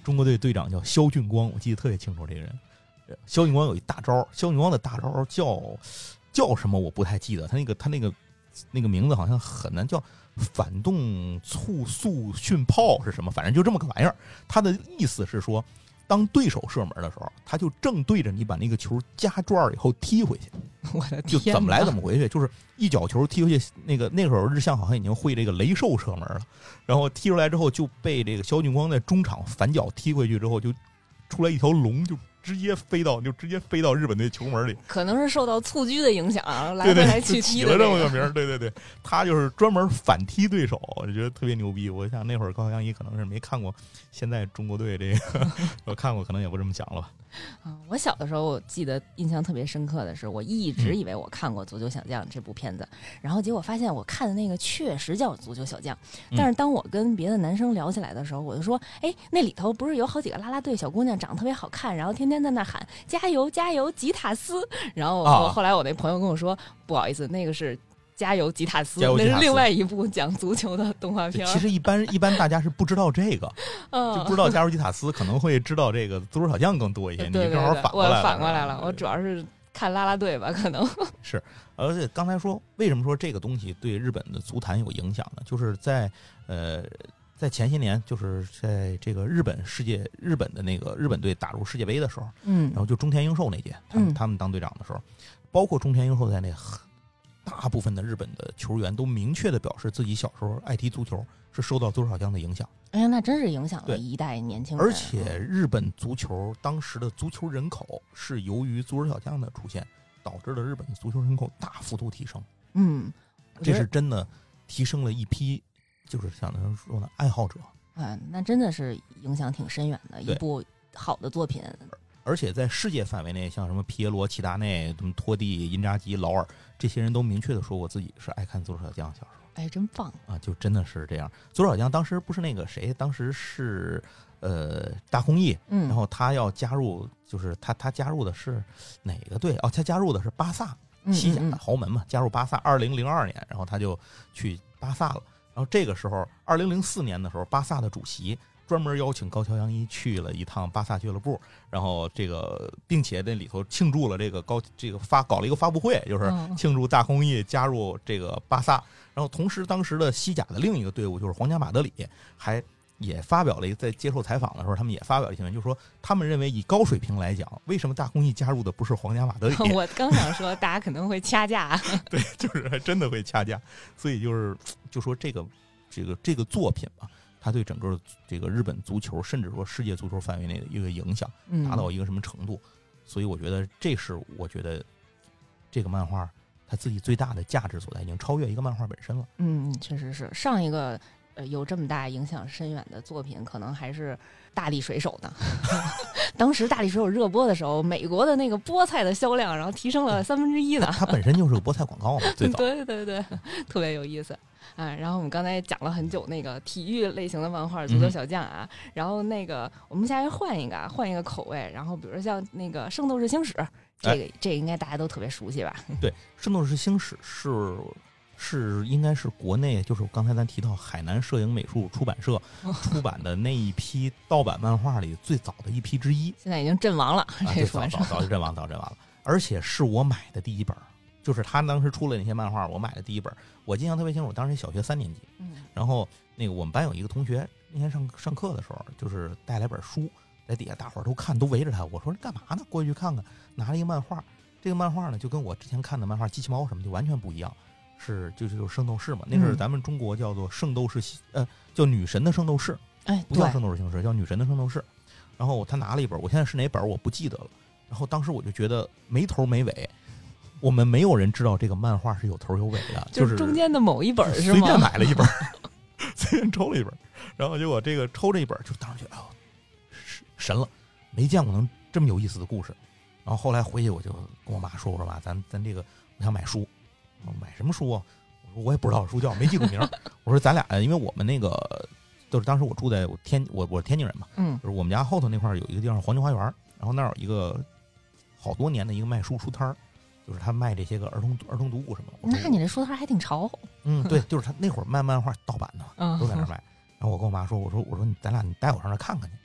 中国队队长叫肖俊光，我记得特别清楚这个人。肖俊光有一大招，肖俊光的大招叫什么我不太记得，他那个名字好像很难，叫反动促速训炮是什么，反正就这么个玩意儿。他的意思是说，当对手射门的时候，他就正对着你把那个球夹转以后踢回去。 我的天， 就怎么来怎么回去，就是一脚球踢回去。那时候日向好像已经会这个雷兽射门了，然后踢出来之后就被这个肖俊光在中场反脚踢回去之后，就出来一条龙，就直接飞到日本队球门里。 可能是受到蹴鞠的影响，来回来去踢的、 起了这么个名儿。对，他就是专门反踢对手，我觉得特别牛逼。我想那会儿高桥阳一可能是没看过现在中国队这个，我看过可能也不这么讲了吧。 我小的时候我记得印象特别深刻的是，我一直以为我看过《足球小将》这部片子，然后结果发现我看的那个确实叫《足球小将》，但是当我跟别的男生聊起来的时候，我就说，哎，那里头不是有好几个啦啦队小姑娘长得特别好看，然后天天在那喊加油加油吉塔斯，然后后来我那朋友跟我说，不好意思，那个是加油吉塔斯，那是另外一部讲足球的动画片。 其实一般大家是不知道这个，就不知道加油吉塔斯，可能会知道这个足球小将更多一些。你正好反过来了， 我主要是看啦啦队吧，可能是。而且刚才说，为什么说这个东西对日本的足坛有影响呢？就是在前些年，就是在这个日本的那个日本队打入世界杯的时候，然后就中田英寿那届，他们当队长的时候，包括中田英寿在内，大部分的日本的球员都明确的表示自己小时候爱踢足球是受到足球小将的影响。 哎呀，那真是影响了一代年轻人。 而且日本足球当时的足球人口是由于足球小将的出现，导致了日本的足球人口大幅度提升。这是真的提升了一批，就是像他说的爱好者。 那真的是影响挺深远的一部好的作品。 而且在世界范围内，像什么皮耶罗、齐达内、托蒂、因扎吉、劳尔这些人都明确的说过自己是爱看足球小将。小时候， 哎，真棒啊！就真的是这样。足球小将当时不是那个谁，当时是大空翼，然后他要加入，就是他加入的是哪个队？他加入的是巴萨，西甲的豪门嘛，加入巴萨。2002年，然后他就去巴萨了。然后这个时候，2004年的时候，巴萨的主席专门邀请高桥阳一去了一趟巴萨俱乐部，然后并且那里头庆祝了搞了一个发布会，就是庆祝大空翼加入这个巴萨。然后同时，当时的西甲的另一个队伍就是皇家马德里，也发表了在接受采访的时候，他们也发表了新闻，就是说他们认为以高水平来讲，为什么大空翼加入的不是皇家马德里？ 我刚想说，大家可能会掐架。 对，就是还真的会掐架。所以就说这个作品吧，它对整个这个日本足球，甚至说世界足球范围内的一个影响，达到一个什么程度？所以我觉得这是这个漫画它自己最大的价值所在，已经超越一个漫画本身了。 确实是上一个有这么大影响深远的作品，可能还是大力水手呢。当时大力水手热播的时候，美国的那个菠菜的销量，然后提升了1/3呢。 它本身就是个菠菜广告嘛，最早。 对，特别有意思。然后我们刚才讲了很久那个体育类型的漫画《足球小将》啊，然后那个我们下回换一个口味，然后比如像那个《圣斗士星矢》，这个应该大家都特别熟悉吧？对，《 圣斗士星矢》是应该是国内，就是刚才咱提到海南摄影美术出版社出版的那一批盗版漫画里最早的一批之一。 现在已经阵亡了，这出版社早就阵亡了，而且是我买的第一本。就是他当时出了那些漫画，我买的第一本，我印象特别清楚。当时小学3年级，然后那个我们班有一个同学，那天上课的时候，就是带来本书，在底下大伙儿都看，都围着他。我说干嘛呢？过去看看，拿了一个漫画。这个漫画呢，就跟我之前看的漫画《机器猫》什么就完全不一样，就是圣斗士嘛。那是咱们中国叫做圣斗士，叫女神的圣斗士，不叫圣斗士星矢，叫女神的圣斗士。然后他拿了一本，我现在是哪本我不记得了。然后当时我就觉得没头没尾。我们没有人知道这个漫画是有头有尾的， 就是中间的某一本是吗？ 随便买了一本，随便抽了一本，然后结果这个抽这一本，就当时觉得神了，没见过能这么有意思的故事。然后后来回去我就跟我妈说：“我说妈，咱这个我想买书，买什么书啊？我说我也不知道书叫，没记住名。我说咱俩，因为我们那个就是当时我住在我是天津人嘛，就是我们家后头那块有一个地方黄金花园，然后那儿有一个好多年的一个卖书摊儿。”就是他卖这些个儿童读物什么的。 那你这书摊还挺潮。 对，就是他那会儿卖漫画盗版的，都在那儿卖。然后我跟我妈说，我说咱俩你带我上那看看去。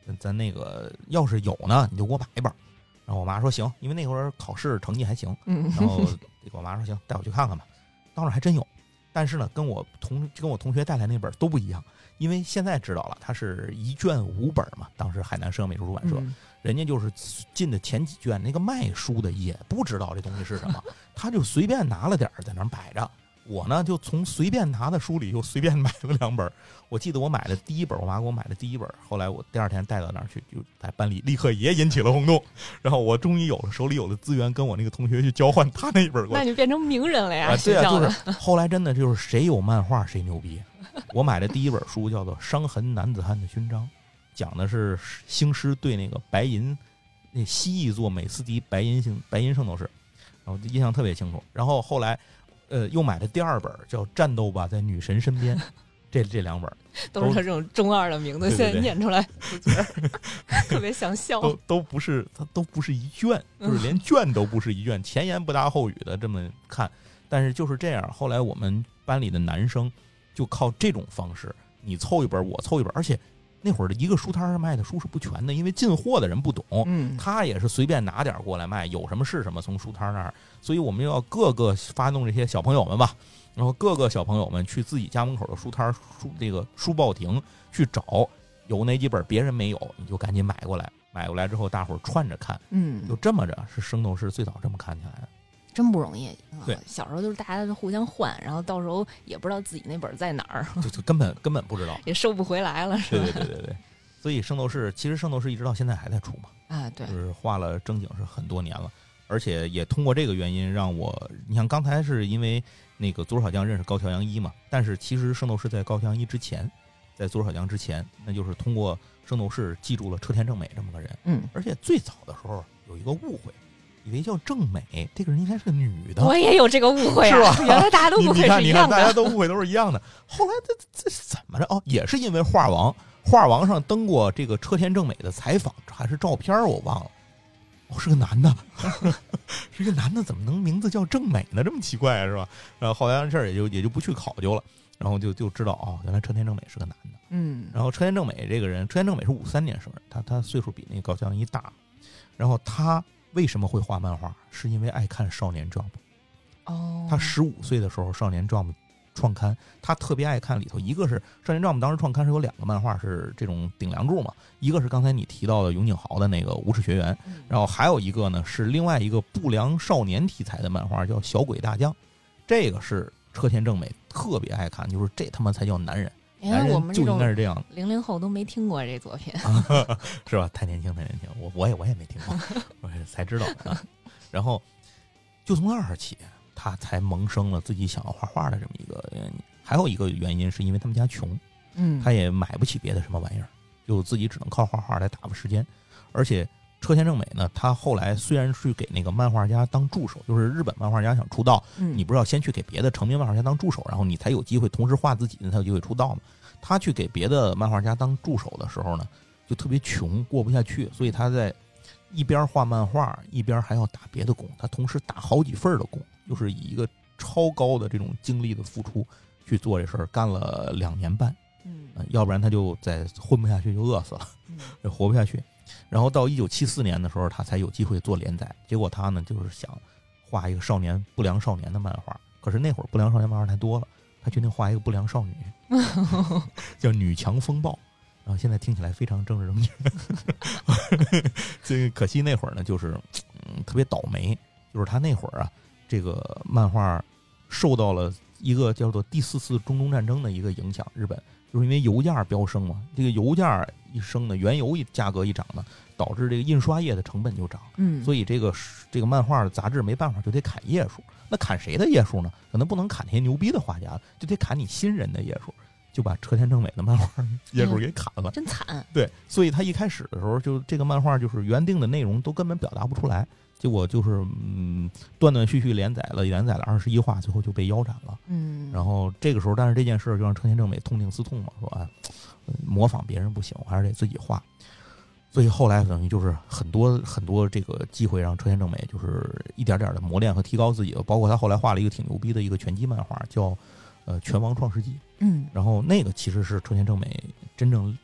咱那个要是有呢，你就给我买一本。然后我妈说行，因为那会儿考试成绩还行。然后我妈说行，带我去看看吧。当时还真有，但是呢，跟我同学带来那本都不一样，因为现在知道了，它是1卷5本嘛。当时海南摄影美术出版社，人家就是进的前几卷，那个卖书的也不知道这东西是什么，他就随便拿了点在那儿摆着。我呢就从随便拿的书里又随便买了2本。我记得我买的第一本，我妈给我买的第一本，后来我第2天带到那儿去，就在班里立刻也引起了轰动。然后我终于手里有了资源，跟我那个同学去交换他那一本。 那你变成名人了呀？ 对啊，就是后来真的就是谁有漫画谁牛逼。我买的第一本书叫做《伤痕男子汉的勋章》，讲的是兴师对那个白银那蜥蜴座美斯迪白银圣斗士，然后印象特别清楚。然后后来又买的第2本叫《战斗吧在女神身边》，这2本都是他这种中二的名字， 对对对， 现在念出来特别想笑。 都不是，它都不是一卷，就是连卷都不是一卷，前言不搭后语的这么看。但是就是这样，后来我们班里的男生就靠这种方式，你凑一本我凑一本，而且那会儿的一个书摊上卖的书是不全的，因为进货的人不懂，他也是随便拿点过来卖，有什么是什么，从书摊那儿。所以我们要各个发动这些小朋友们吧，然后各个小朋友们去自己家门口的书摊、书报亭去找，有哪几本别人没有，你就赶紧买过来。买过来之后，大伙儿串着看，就这么着是圣斗士最早这么看起来的。 真不容易。 对， 小时候就是大家都互相换，然后到时候也不知道自己那本在哪儿， 就根本不知道， 也收不回来了，是吧？ 对。所以圣斗士一直到现在还在出嘛。 啊，对， 就是画了正经是很多年了，而且也通过这个原因让你像刚才是因为那个佐佐小将认识高桥阳一嘛，但是其实圣斗士在高桥阳一之前，在佐佐小将之前，那就是通过圣斗士记住了车田正美这么个人。而且最早的时候有一个误会，以为叫正美，这个人应该是个女的。 我也有这个误会啊，是吧？原来大家都误会是一样的。 你看，大家都误会都是一样的。后来这怎么着？哦，也是因为画王上登过这个车田正美的采访还是照片，我忘了。哦，是个男的，是个男的，怎么能名字叫正美呢？这么奇怪是吧？然后后来这儿也就不去考究了，然后就知道哦，原来车田正美是个男的。然后车田正美这个人，车田正美是53年生人，他岁数比那个高桥阳一大。然后他为什么会画漫画？是因为爱看少年 Jump。他15岁的时候，少年 Jump 创刊，他特别爱看里头，一个是少年 Jump 当时创刊是有2个漫画是这种顶梁柱嘛，一个是刚才你提到的永井豪的那个无耻学园，然后还有一个呢是另外一个不良少年题材的漫画叫小鬼大将，这个是车田正美特别爱看，就是这他妈才叫男人。男人就应该是这样。 00后都没听过这作品， 是吧？太年轻。我也没听过，我才知道的。然后就从那儿起，他才萌生了自己想要画画的这么一个原因。还有一个原因是因为他们家穷，他也买不起别的什么玩意儿，就自己只能靠画画来打发时间。而且车田正美呢，他后来虽然是给那个漫画家当助手，就是日本漫画家想出道，你不是要先去给别的成名漫画家当助手，然后你才有机会同时画自己的，才有机会出道嘛。他去给别的漫画家当助手的时候呢，就特别穷，过不下去，所以他在一边画漫画，一边还要打别的工，他同时打好几份的工，就是以一个超高的这种精力的付出去做这事儿，干了2年半，要不然他就混不下去，就饿死了，活不下去。然后到1974年的时候，他才有机会做连载。结果他呢，就是想画一个不良少年的漫画。可是那会儿不良少年漫画太多了，他决定画一个不良少女，叫女强风暴。然后现在听起来非常政治正确。这个可惜那会儿呢，就是特别倒霉，就是他那会儿啊，这个漫画受到了一个叫做第4次中东战争的一个影响。日本就是因为油价飙升嘛，这个油价一升呢，原油价格一涨呢，导致这个印刷业的成本就涨，所以这个漫画的杂志没办法，就得砍页数。那砍谁的页数呢？可能不能砍那些牛逼的画家，就得砍你新人的页数，就把车田正美的漫画页数给砍了， 真惨。 对，所以他一开始的时候，就这个漫画就是原定的内容都根本表达不出来，结果就是断断续续连载了21话，最后就被腰斩了。然后这个时候，但是这件事就让车田正美痛定思痛嘛，说模仿别人不行，我还是得自己画。所以后来等于就是很多这个机会让车田正美就是一点点的磨练和提高自己，包括他后来画了一个挺牛逼的一个拳击漫画，叫拳王创世纪。然后那个其实是车田正美真正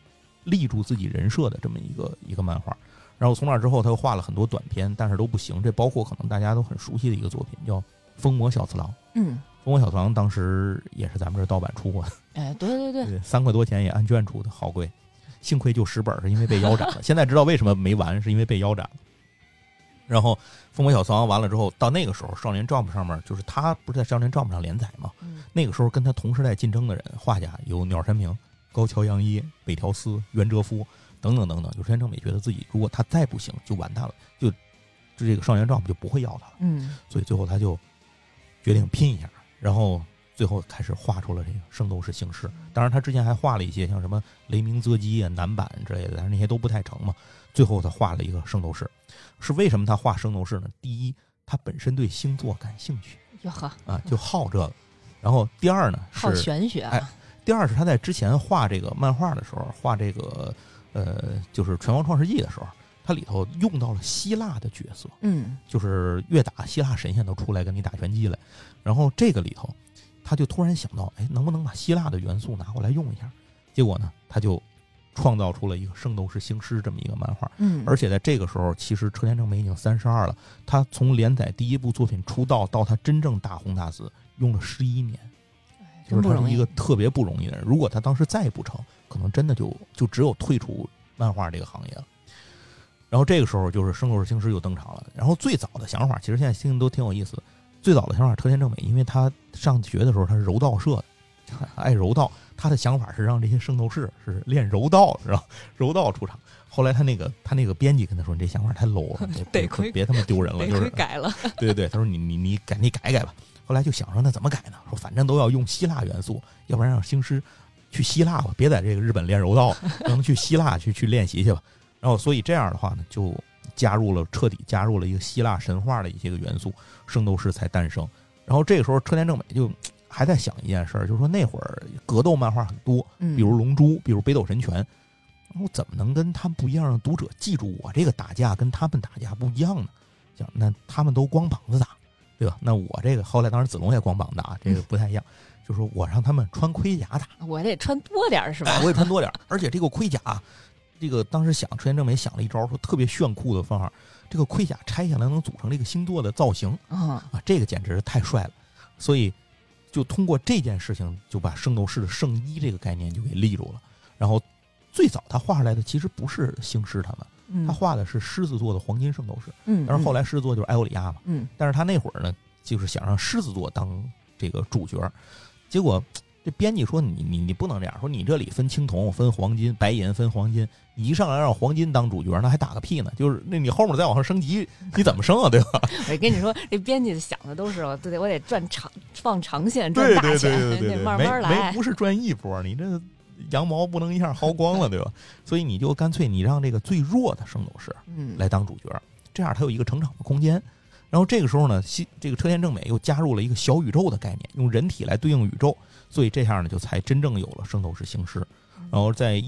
立住自己人设的这么一个漫画。然后从那之后他又画了很多短片，但是都不行，这包括可能大家都很熟悉的一个作品叫《疯魔小次郎》。疯魔小次郎当时也是咱们这盗版出过的，对，3块多钱也按卷出的，好贵。幸亏就10本，是因为被腰斩了。现在知道为什么没完，是因为被腰斩了。然后疯魔小次郎完了之后，到那个时候少年 Jump 上面，就是他不是在少年 Jump 上连载吗？那个时候跟他同时代竞争的人画家有鸟山明、高桥阳一、北条司、原哲夫等等等等。就山正美觉得自己如果他再不行就完蛋了，就这个少年 Jump 就不会要他了。所以最后他就决定拼一下，然后最后开始画出了这个圣斗士星矢。当然他之前还画了一些像什么雷鸣泽基啊、男版之类的，但是那些都不太成嘛。最后他画了一个圣斗士。是为什么他画圣斗士呢？第一，他本身对星座感兴趣，就好这个。然后第二呢，是好玄学啊。 第二是他在之前画这个漫画的时候，画这个就是《拳王创世纪》的时候，他里头用到了希腊的角色，就是越打希腊神仙都出来跟你打拳击来。然后这个里头，他就突然想到，能不能把希腊的元素拿过来用一下？结果呢，他就创造出了一个圣斗士星矢这么一个漫画。而且在这个时候，其实车田正美已经32了，他从连载第一部作品出道到他真正大红大紫，用了11年。就是他是一个特别不容易的人，如果他当时再不成，可能真的就只有退出漫画这个行业了。然后这个时候就是圣斗士星矢又登场了。然后最早的想法，其实现在听都挺有意思的。最早的想法，车田正美因为他上学的时候他是柔道社的，爱柔道，他的想法是让这些圣斗士是练柔道，然后柔道出场。后来他那个编辑跟他说：“你这想法太 low 了，别他妈丢人了，就是改了。” 对，他说你改吧。后来就想说那怎么改呢？说反正都要用希腊元素，要不然让星矢去希腊吧，别在这个日本练柔道，让他去希腊去练习去吧。然后所以这样的话呢，就彻底加入了一个希腊神话的一些个元素，圣斗士才诞生。然后这个时候车田正美就还在想一件事儿，就是说那会儿格斗漫画很多，比如龙珠，比如北斗神拳，我怎么能跟他们不一样，让读者记住我这个打架跟他们打架不一样呢？讲那他们都光膀子打，对吧？那我这个后来当然子龙也光膀打，这个不太一样。就是说我让他们穿盔甲打， 我得穿多点是吧？ 我也穿多点，而且这个盔甲，这个当时车田正美想了一招，说特别炫酷的方法，这个盔甲拆下来能组成这个星座的造型这个简直是太帅了。所以就通过这件事情，就把圣斗士的圣衣这个概念就给立住了。然后最早他画出来的其实不是星矢他们，他画的是狮子座的黄金圣斗士，但是后来狮子座就是艾欧里亚嘛，但是他那会儿呢，就是想让狮子座当这个主角，结果这编辑说你不能这样，说你这里分青铜分黄金，白银分黄金，你一上来让黄金当主角，那还打个屁呢？就是那你后面再往上升级，你怎么升啊？对吧？ 我跟你说，这编辑想的都是我得放长线赚大钱， 对， 慢慢来， 不是赚一波，你这羊毛不能一下薅光了，对吧？所以你就干脆你让这个最弱的圣斗士来当主角，这样他有一个成长的空间。然后这个时候呢，这个车田正美又加入了一个小宇宙的概念，用人体来对应宇宙，所以这样呢就才真正有了圣斗士星矢。然后在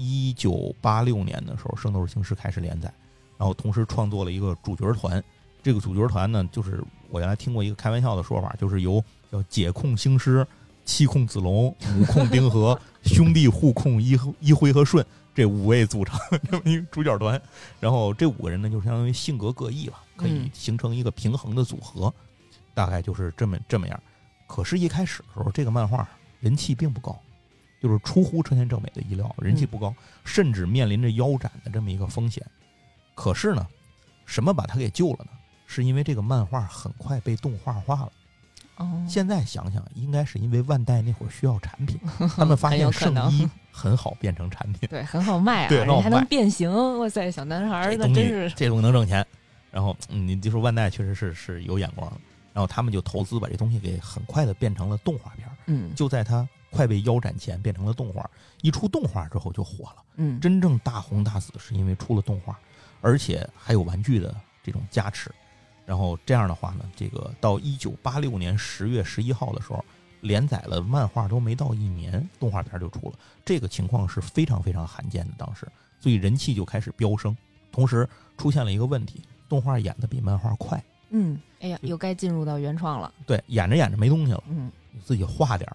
1986年的时候，圣斗士星矢开始连载，然后同时创作了一个主角团。这个主角团呢，就是我原来听过一个开玩笑的说法，就是由叫姐控星矢、妻控子龙、母控冰河、兄弟互控一辉和顺这5位组成这么一个主角团。然后这5个人呢，就相当于性格各异吧，可以形成一个平衡的组合，大概就是这么样。可是，一开始的时候，这个漫画人气并不高，就是出乎车田正美的意料，人气不高，甚至面临着腰斩的这么一个风险。可是呢，什么把他给救了呢？是因为这个漫画很快被动画化了。现在想想，应该是因为万代那会儿需要产品，他们发现圣衣很好变成产品， 对，很好卖啊， 对， 还能变形，哇塞，小男孩那真是这东西能挣钱。然后你就说万代确实是有眼光的，然后他们就投资把这东西给很快的变成了动画片，就在它快被腰斩前变成了动画，一出动画之后就火了，真正大红大紫是因为出了动画，而且还有玩具的这种加持。然后这样的话呢，这个到1986年10月11号的时候，连载了漫画都没到1年，动画片就出了。这个情况是非常非常罕见的，当时，所以人气就开始飙升。同时出现了一个问题，动画演的比漫画快。 哎呀，又该进入到原创了。 对，演着演着没东西了，自己画点，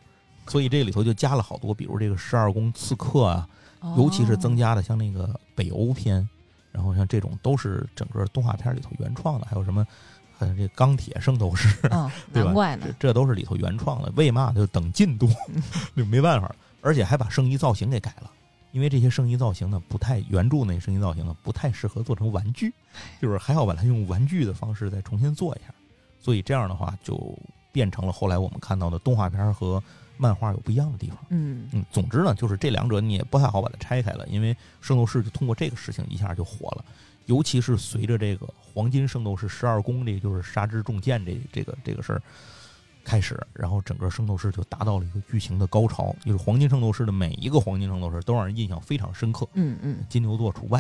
所以这里头就加了好多，比如这个12宫刺客啊，尤其是增加的像那个北欧篇，然后像这种都是整个动画片里头原创的，还有什么这钢铁圣斗士，对吧？ 难怪呢， 这都是里头原创的。为嘛就等进度，就没办法，而且还把圣衣造型给改了。因为这些圣衣造型呢，不太原著那圣衣造型呢，不太适合做成玩具，就是还要把它用玩具的方式再重新做一下，所以这样的话就变成了后来我们看到的动画片和漫画有不一样的地方。总之呢，就是这两者你也不太好把它拆开了，因为圣斗士就通过这个事情一下就火了，尤其是随着这个黄金圣斗士12宫，这个就是杀之重剑这个事儿开始，然后整个圣斗士就达到了一个剧情的高潮，就是黄金圣斗士的每一个黄金圣斗士都让人印象非常深刻。金牛座除外，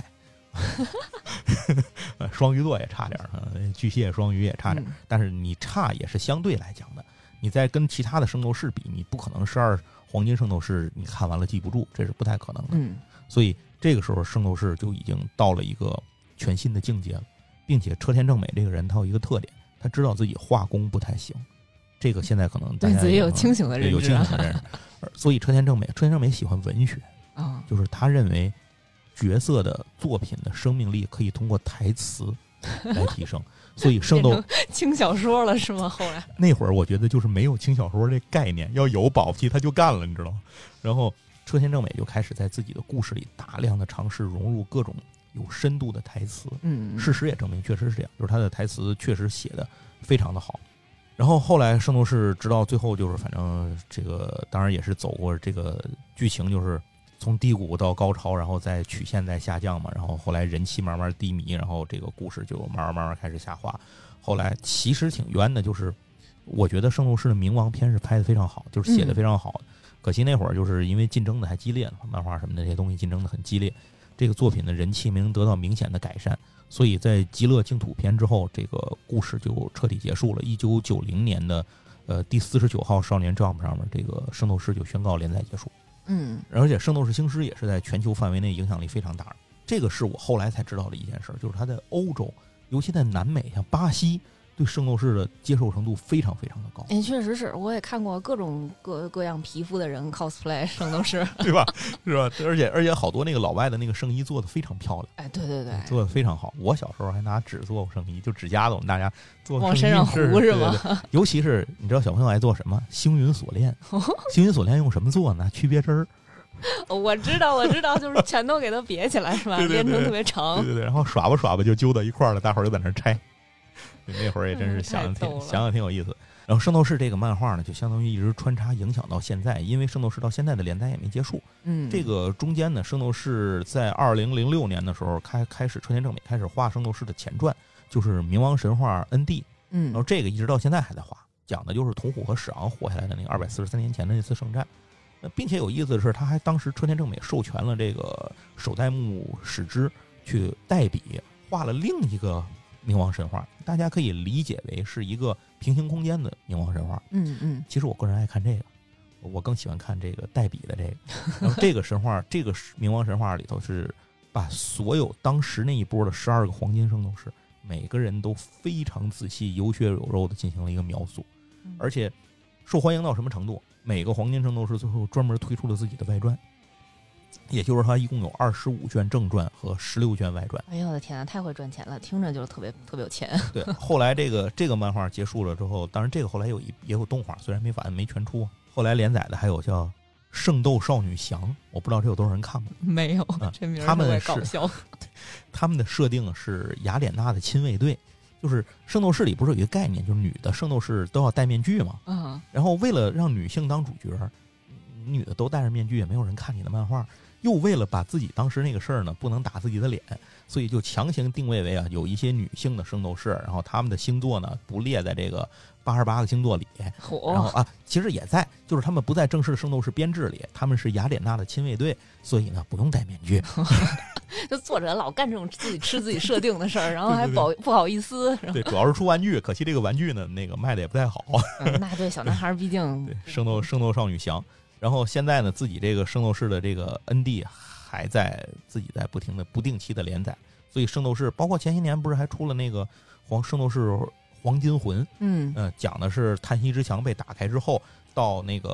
双鱼座也差点，巨蟹、双鱼也差点，但是你差也是相对来讲的。你再跟其他的圣斗士比，你不可能12黄金圣斗士你看完了记不住，这是不太可能的。所以这个时候圣斗士就已经到了一个全新的境界了，并且车田正美这个人他有一个特点，他知道自己画工不太行。这个现在可能大家对自己有清醒的认知， 有清醒的认识。所以车田正美喜欢文学就是他认为角色的作品的生命力可以通过台词来提升。所以圣斗轻小说了是吗？后来那会儿我觉得就是没有轻小说这概念，要有保不齐他就干了，你知道吗？然后车田正美就开始在自己的故事里大量的尝试融入各种有深度的台词。事实也证明确实是这样，就是他的台词确实写的非常的好。然后后来圣斗士直到最后就是反正这个当然也是走过这个剧情，就是从低谷到高潮，然后再曲线再下降嘛，然后后来人气慢慢低迷，然后这个故事就慢慢开始下滑。后来其实挺冤的，就是我觉得圣斗士的冥王篇是拍的非常好，就是写的非常好，可惜那会儿就是因为竞争的还激烈了，漫画什么的这些东西竞争的很激烈，这个作品的人气没能得到明显的改善，所以在极乐净土篇之后，这个故事就彻底结束了。1990年的第49号少年 Jump 上面，这个圣斗士就宣告连载结束。而且圣斗士星矢也是在全球范围内影响力非常大。这个是我后来才知道的一件事，就是他在欧洲，尤其在南美，像巴西，对圣斗士的接受程度非常非常的高。 确实是，我也看过各种各样皮肤的人 cosplay 圣斗士， 对吧？是吧？而且好多那个老外的那个圣衣做的非常漂亮。 对对对， 做的非常好。我小时候还拿纸做过圣衣，就纸夹子，我们大家做往身上糊是吗？ 对，尤其是你知道小朋友爱做什么？星云锁链。星云锁链用什么做呢？区别针儿。 我知道，就是全都给它别起来是吧？连成特别长。 对，然后耍吧就揪到一块了，大伙儿就在那儿拆。那会儿也真是想想挺有意思。然后圣斗士这个漫画呢，就相当于一直穿插影响到现在，因为圣斗士到现在的连载也没结束。这个中间呢，圣斗士在2006年的时候开始车田正美开始画圣斗士的前传，就是冥王神话 ND。然后这个一直到现在还在画，讲的就是铜虎和史昂活下来的那个243年前的那次圣战。并且有意思的是，他还当时车田正美授权了这个首代目史之去代笔画了另一个冥王神话，大家可以理解为是一个平行空间的冥王神话。其实我个人爱看这个，我更喜欢看这个代笔的这个。然后这个神话，这个冥王神话里头是把所有当时那一波的12个黄金圣斗士，每个人都非常仔细、有血有肉的进行了一个描述，而且受欢迎到什么程度？每个黄金圣斗士最后专门推出了自己的外传，也就是他一共有25卷正传和16卷外传。 哎呦我的天啊，太会赚钱了，听着就特别有钱。 对，后来这个漫画结束了之后，当然这个后来也有动画，虽然没全出。后来连载的还有叫《圣斗少女翔》，我不知道这有多少人看过。 没有，这名特别搞笑。 他们的设定是雅典娜的亲卫队。就是圣斗士里不是有一个概念，就是女的圣斗士都要戴面具嘛。然后为了让女性当主角，女的都戴着面具，也没有人看你的漫画。又为了把自己当时那个事儿呢不能打自己的脸，所以就强行定位为有一些女性的圣斗士，然后他们的星座呢不列在这个88个星座里，然后其实也在，就是他们不在正式的圣斗士编制里，他们是雅典娜的亲卫队，所以呢不用戴面具。 就作者老干这种自己吃自己设定的事儿，然后还不好意思。 对，主要是出玩具，可惜这个玩具呢那个卖的也不太好。 那对小男孩毕竟对圣斗少女翔。然后现在呢，自己这个圣斗士的这个 ND 还在自己在不定期的连载，所以圣斗士包括前些年不是还出了那个圣斗士黄金魂，讲的是叹息之墙被打开之后，到那个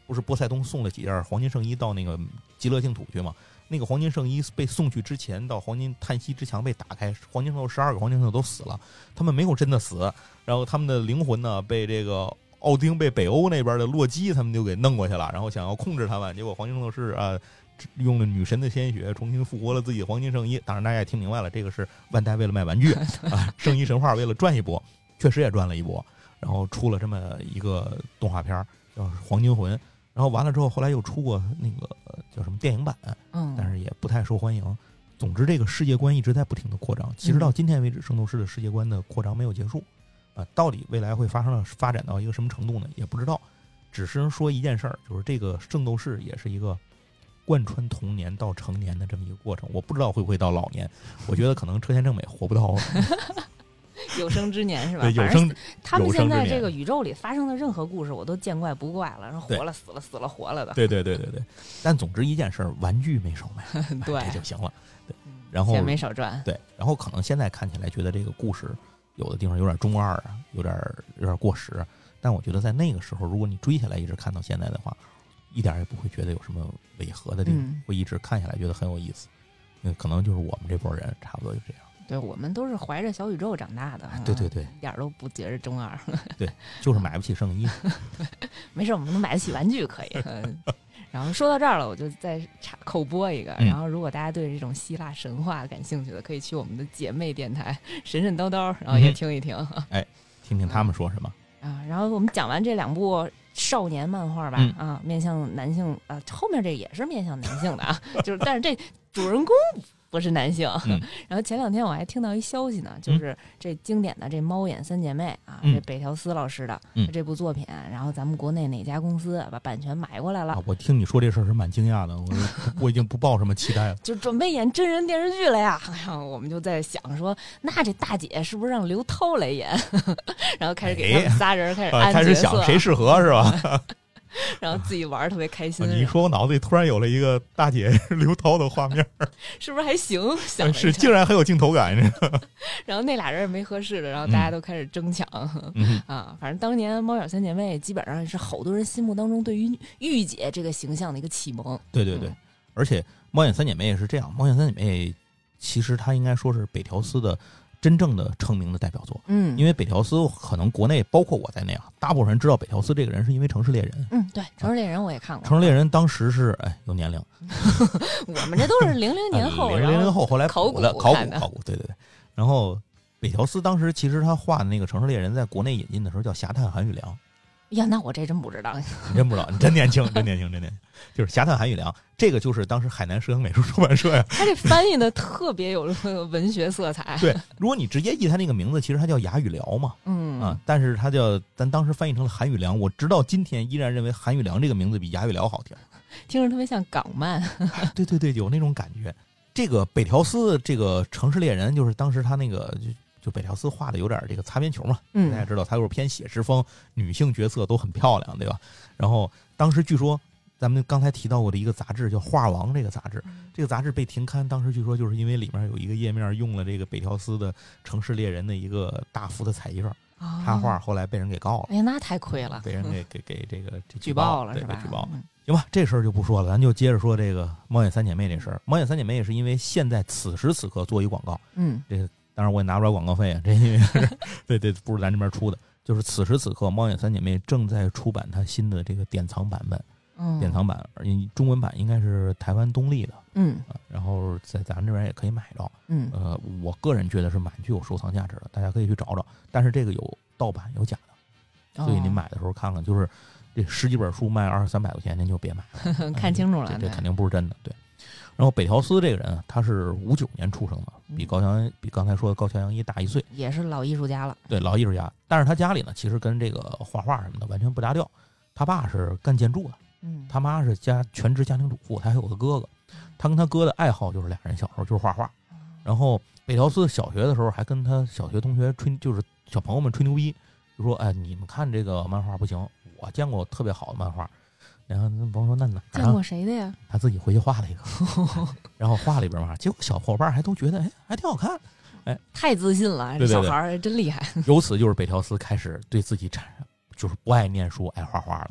不是波塞冬送了几件黄金圣衣到那个极乐净土去吗？那个黄金圣衣被送去之前，到黄金叹息之墙被打开，黄金圣斗12个黄金圣斗都死了，他们没有真的死，然后他们的灵魂呢被这个奥丁被北欧那边的洛基他们就给弄过去了，然后想要控制他们，结果黄金圣斗士用了女神的鲜血重新复活了自己的黄金圣衣。当然大家也听明白了，这个是万代为了卖玩具圣衣神话为了赚一波，确实也赚了一波，然后出了这么一个动画片叫黄金魂，然后完了之后后来又出过那个叫什么电影版，但是也不太受欢迎。总之这个世界观一直在不停的扩张，其实到今天为止圣斗士的世界观的扩张没有结束到底未来会发展到一个什么程度呢也不知道，只是说一件事儿，就是这个圣斗士也是一个贯穿童年到成年的这么一个过程，我不知道会不会到老年，我觉得可能车田正美活不到有生之年是吧？ 对，有生他们现在这个宇宙里发生的任何故事我都见怪不怪了，活了死了死了活了的。 对，但总之一件事儿，玩具没少卖， 对， 这就行了。对，然后钱没少赚。 对，然后可能现在看起来觉得这个故事有的地方有点中二有点过时，但我觉得在那个时候，如果你追下来一直看到现在的话，一点也不会觉得有什么违和的地方，会一直看下来觉得很有意思。可能就是我们这波人差不多就这样。 对，我们都是怀着小宇宙长大的。 对， 一点都不觉着中二。 对，就是买不起圣衣。 没事，我们能买得起玩具可以。然后说到这儿了，我就再口播一个。然后，如果大家对这种希腊神话感兴趣的，可以去我们的姐妹电台神神叨叨，然后也听一听。 听听他们说什么然后我们讲完这2部少年漫画吧，面向男性后面这也是面向男性的就是但是这主人公不是男性。然后前2天我还听到一消息呢，就是这经典的这猫眼三姐妹这北条司老师的这部作品，然后咱们国内哪家公司把版权买过来了。 我听你说这事儿是蛮惊讶的，我已经不抱什么期待了。 就准备演真人电视剧了呀。然后我们就在想说，那这大姐是不是让刘涛来演？然后开始给他们仨人开始安角色， 开始想谁适合是吧？ 然后自己玩特别开心。 你一说，我脑子里突然有了一个大姐刘涛的画面， 是不是还行？想是，竟然很有镜头感。 然后那俩人没合适的，然后大家都开始争抢反正当年猫眼三姐妹基本上是好多人心目当中对于御姐这个形象的一个启蒙。 对，而且猫眼三姐妹也是这样。猫眼三姐妹其实她应该说是北条司的真正的成名的代表作。因为北条司可能国内包括我在内大部分人知道北条司这个人是因为城市猎人。 对，城市猎人我也看过。 城市猎人当时是有年龄我们这都是00年后 00后后来考古。 对。然后北条司当时其实他画的那个城市猎人在国内引进的时候叫侠探韩宇良。 呀，那我这真不知道。 你真不知道，你真年轻，真年轻。就是侠探韩宇良，这个就是当时海南摄影美术出版社呀。 他这翻译的特别有文学色彩。 对，如果你直接译他那个名字，其实他叫雅语聊嘛。但是他咱当时翻译成了韩宇良，我直到今天依然认为韩宇良这个名字比雅语聊好听， 听着特别像港漫。 对，有那种感觉。这个北条司这个城市猎人，就是当时他那个就北条司画的有点这个擦边球嘛，大家知道他又是偏写实风，女性角色都很漂亮，对吧？然后当时据说咱们刚才提到过的一个杂志叫《画王》，这个杂志，这个杂志被停刊，当时据说就是因为里面有一个页面用了这个北条司的城市猎人的一个大幅的彩页插画，后来被人给告了。 哎呀，那太亏了， 被人给这个举报了是吧？ 举报了。行吧，这事儿就不说了，咱就接着说这个猫眼三姐妹这事儿。猫眼三姐妹也是因为现在此时此刻做一广告，这个当然我也拿不了广告费啊，这因为对，不是咱这边出的。就是此时此刻，猫眼三姐妹正在出版它新的这个典藏版本，典藏版，中文版应该是台湾东立的，然后在咱们这边也可以买着，我个人觉得是蛮具有收藏价值的，大家可以去找找。但是这个有盗版有假的，所以您买的时候看看，就是这10几本书卖200-300块钱，您就别买了， 看清楚了， 这肯定不是真的，对。然后北条司这个人，他是59年出生的，比刚才说的高桥阳一大1岁， 也是老艺术家了。对， 老艺术家。但是他家里呢，其实跟这个画画什么的完全不搭调。他爸是干建筑的，他妈是全职家庭主妇，他还有个哥哥。他跟他哥的爱好就是俩人小时候就是画画。然后北条司小学的时候还跟他小学同学就是小朋友们吹牛逼，就说：“哎，你们看这个漫画不行，我见过特别好的漫画。”然后那朋友说：“那哪见过谁的呀？” 他自己回去画了一个，然后画了一本嘛，结果小伙伴还都觉得还挺好看， 太自信了，这小孩真厉害。 由此就是北条司开始对自己就是不爱念书，爱画画了。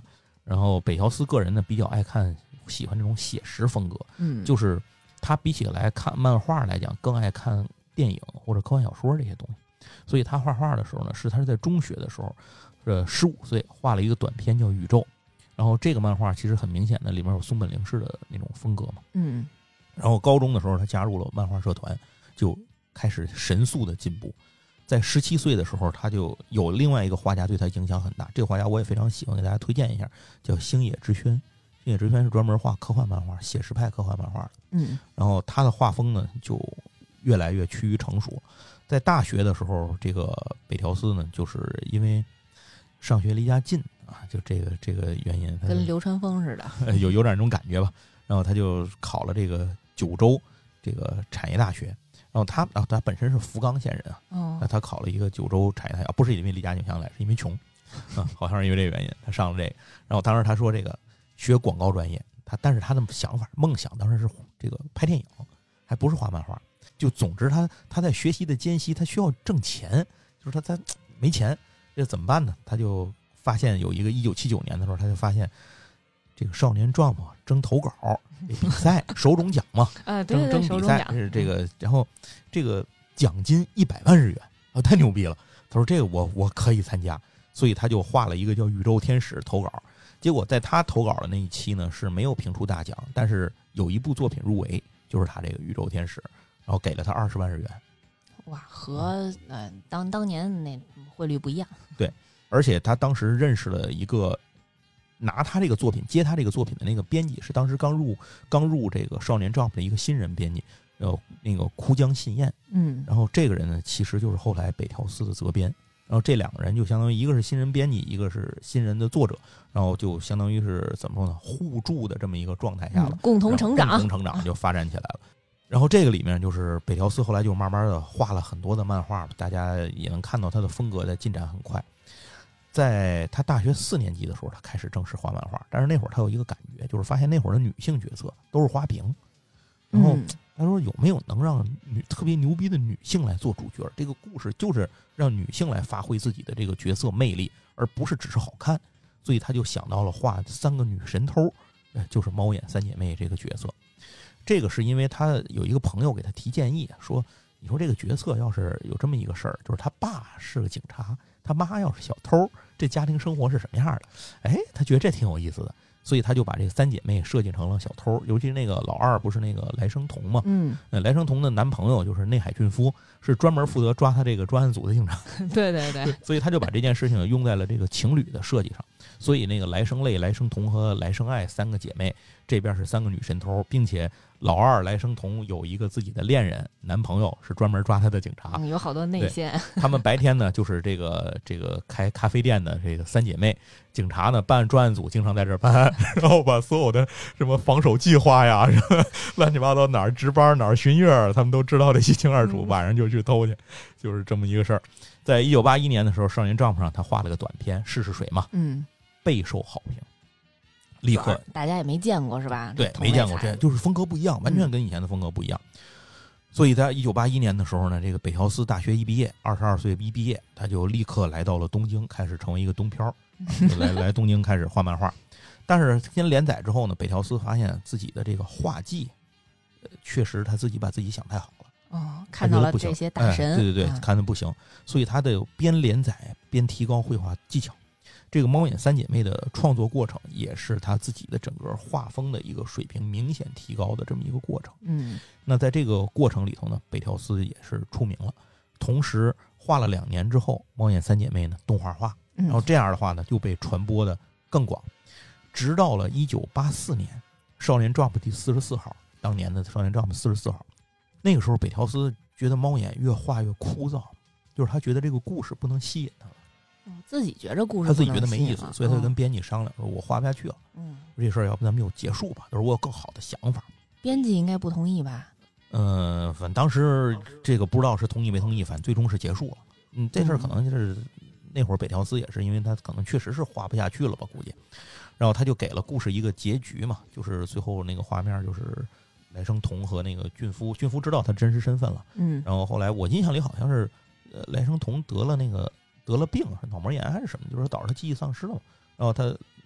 然后北条司个人呢比较喜欢这种写实风格，就是他比起来看漫画来讲，更爱看电影或者科幻小说这些东西。所以他画画的时候呢，他是在中学的时候，15岁画了一个短篇叫《宇宙》，然后这个漫画其实很明显的里面有松本零士的那种风格嘛。然后高中的时候他加入了漫画社团，就开始神速的进步。在17岁的时候，他就有另外一个画家对他影响很大，这个画家我也非常喜欢，给大家推荐一下，叫星野之轩。星野之轩是专门画科幻漫画、写实派科幻漫画的。然后他的画风呢就越来越趋于成熟。在大学的时候，这个北条司呢，就是因为上学离家近啊，就这个原因， 跟流川枫似的， 有点这种感觉吧。然后他就考了这个九州这个产业大学。然后他本身是福冈县人啊，那他考了一个九州产业大学，不是因为离家近乡来，是因为穷，好像是因为这个原因，他上了这个。然后当时他说这个学广告专业，但是他的梦想当时是这个拍电影，还不是画漫画。就总之他在学习的间隙，他需要挣钱，就是他没钱，这怎么办呢？他就发现有一个1979年的时候，他就发现这个少年 Jump 征投稿比赛手冢奖嘛， 对征比赛是这个，然后这个奖金100万日元啊，太牛逼了！他说这个我可以参加，所以他就画了一个叫宇宙天使投稿。结果在他投稿的那一期呢是没有评出大奖，但是有一部作品入围，就是他这个宇宙天使，然后给了他20万日元。 哇，和当年那汇率不一样。对， 而且他当时认识了一个拿他这个作品接他这个作品的那个编辑，是当时刚入这个少年 Jump 的一个新人编辑，那个枯江信彦。然后这个人呢，其实就是后来北条司的责编。然后这两个人就相当于一个是新人编辑，一个是新人的作者，然后就相当于是怎么说呢，互助的这么一个状态下了， 共同成长就发展起来了。然后这个里面就是北条司后来就慢慢的画了很多的漫画，大家也能看到他的风格在进展很快。在他大学4年级的时候，他开始正式画漫画，但是那会儿他有一个感觉，就是发现那会儿的女性角色都是花瓶，然后他说有没有能让特别牛逼的女性来做主角？这个故事就是让女性来发挥自己的这个角色魅力，而不是只是好看。所以他就想到了画3个女神偷，就是猫眼三姐妹这个角色。这个是因为他有一个朋友给他提建议，说你说这个角色要是有这么一个事儿，就是他爸是个警察，他妈要是小偷，这家庭生活是什么样的？哎，他觉得这挺有意思的，所以他就把这3姐妹设计成了小偷。尤其是那个老二不是那个来生童嘛，来生童的男朋友就是内海俊夫，是专门负责抓他这个专案组的警察。 对， 所以他就把这件事情用在了这个情侣的设计上。所以那个来生泪、来生童和来生爱3个姐妹，这边是3个女神偷，并且老二来生童有一个自己的恋人，男朋友是专门抓他的警察， 有好多内线。 他们白天呢就是这个开咖啡店的这个3姐妹，警察呢办专案组经常在这儿办，然后把所有的什么防守计划呀，什么乱七八糟哪儿值班哪儿巡阅，他们都知道的一清二楚，晚上就去偷去，就是这么一个事儿。在1981年的时候，少年 Jump 上他画了个短片试试水嘛，备受好评，立刻大家也没见过是吧？ 对，没见过，这就是风格不一样，完全跟以前的风格不一样。所以在1981年的时候呢，这个北条司大学一毕业，22岁一毕业，他就立刻来到了东京，开始成为一个东漂，来东京开始画漫画。但是先连载之后呢，北条司发现自己的这个画技，确实他自己把自己想太好了。 看到了这些大神， 对，看的不行，所以他得边连载边提高绘画技巧。这个猫眼3姐妹的创作过程也是他自己的整个画风的一个水平明显提高的这么一个过程。那在这个过程里头呢，北条司也是出名了。同时画了2年之后，猫眼3姐妹呢动画化，然后这样的话呢就被传播的更广。直到了1984年，少年 Jump 第44号，当年的少年 Jump 44号，那个时候北条司觉得猫眼越画越枯燥，就是他觉得这个故事不能吸引他了。 自己觉着故事他自己觉得没意思，所以他就跟编辑商量说：“我画不下去了，这事儿要不咱们就结束吧。”他说：“我有更好的想法。” 编辑应该不同意吧？ 反正当时这个不知道是同意没同意，反正最终是结束了。这事儿可能就是那会儿北条司也是因为他可能确实是画不下去了吧，估计。然后他就给了故事一个结局嘛，就是最后那个画面就是来生童和那个俊夫知道他真实身份了。然后后来我印象里好像是来生童得了病，脑膜炎还是什么，就是导致他记忆丧失了嘛。然后他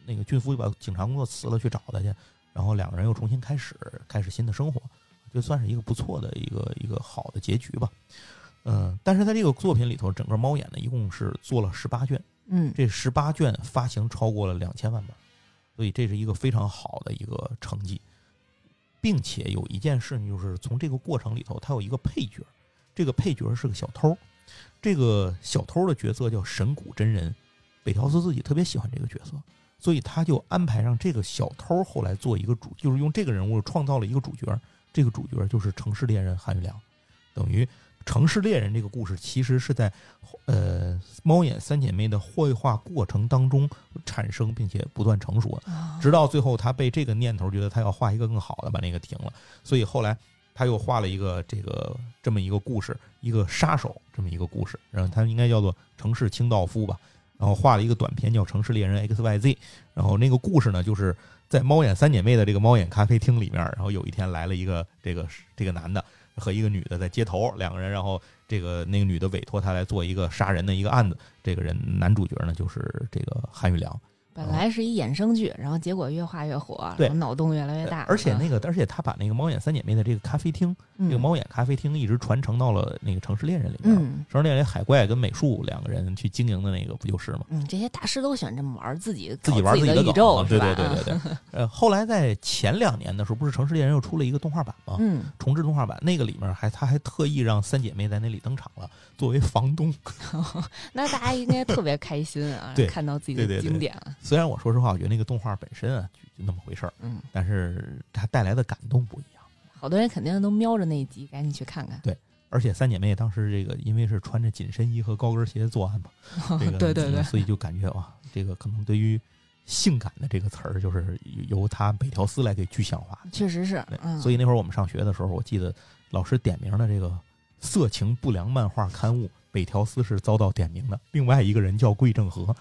那个俊夫就把警察工作辞了去找他去，然后两个人又重新开始新的生活，就算是一个不错的一个好的结局吧。但是在这个作品里头，整个猫眼呢一共是做了18卷，这18卷发行超过了2000万本，所以这是一个非常好的一个成绩。并且有一件事情，就是从这个过程里头，它有一个配角，这个配角是个小偷，这个小偷的角色叫神谷真人，北条司自己特别喜欢这个角色，所以他就安排让这个小偷后来做一个就是用这个人物创造了一个主角，这个主角就是城市猎人韩玉良，等于城市猎人这个故事其实是在猫眼三姐妹的绘画过程当中产生并且不断成熟的，直到最后他被这个念头觉得他要画一个更好的，把那个停了，所以后来他又画了一个这么一个故事，一个杀手这么一个故事，然后他应该叫做城市清道夫吧，然后画了一个短片叫城市猎人 XYZ， 然后那个故事呢就是在猫眼三姐妹的这个猫眼咖啡厅里面，然后有一天来了一个这个男的和一个女的在街头，两个人，然后那个女的委托他来做一个杀人的一个案子，这个人男主角呢就是这个韩玉良。 本来是一衍生剧，然后结果越画越火， 对， 然后脑洞越来越大。 而且他把那个猫眼三姐妹的这个咖啡厅，这个猫眼咖啡厅一直传承到了那个城市猎人里面。城市猎人海怪跟美术两个人去经营的那个不就是吗？ 这些大师都喜欢这么玩，自己玩自己的宇宙， 对。后来在前2年的时候，不是城市猎人又出了一个动画版吗？重制动画版，那个里面他还特意让三姐妹在那里登场了，作为房东。 那大家应该特别开心啊， 对， 看到自己的经典了。 虽然我说实话，我觉得那个动画本身啊就那么回事儿，但是它带来的感动不一样。 好多人肯定都瞄着那一集，赶紧去看看。 对，而且三姐妹当时这个因为是穿着紧身衣和高跟鞋作案嘛，对，所以就感觉哇，这个可能对于性感的这个词儿，就是由他北条司来给具象化。 确实是， 所以那会儿我们上学的时候，我记得老师点名的这个色情不良漫画刊物，北条司是遭到点名的。另外一个人叫桂正和。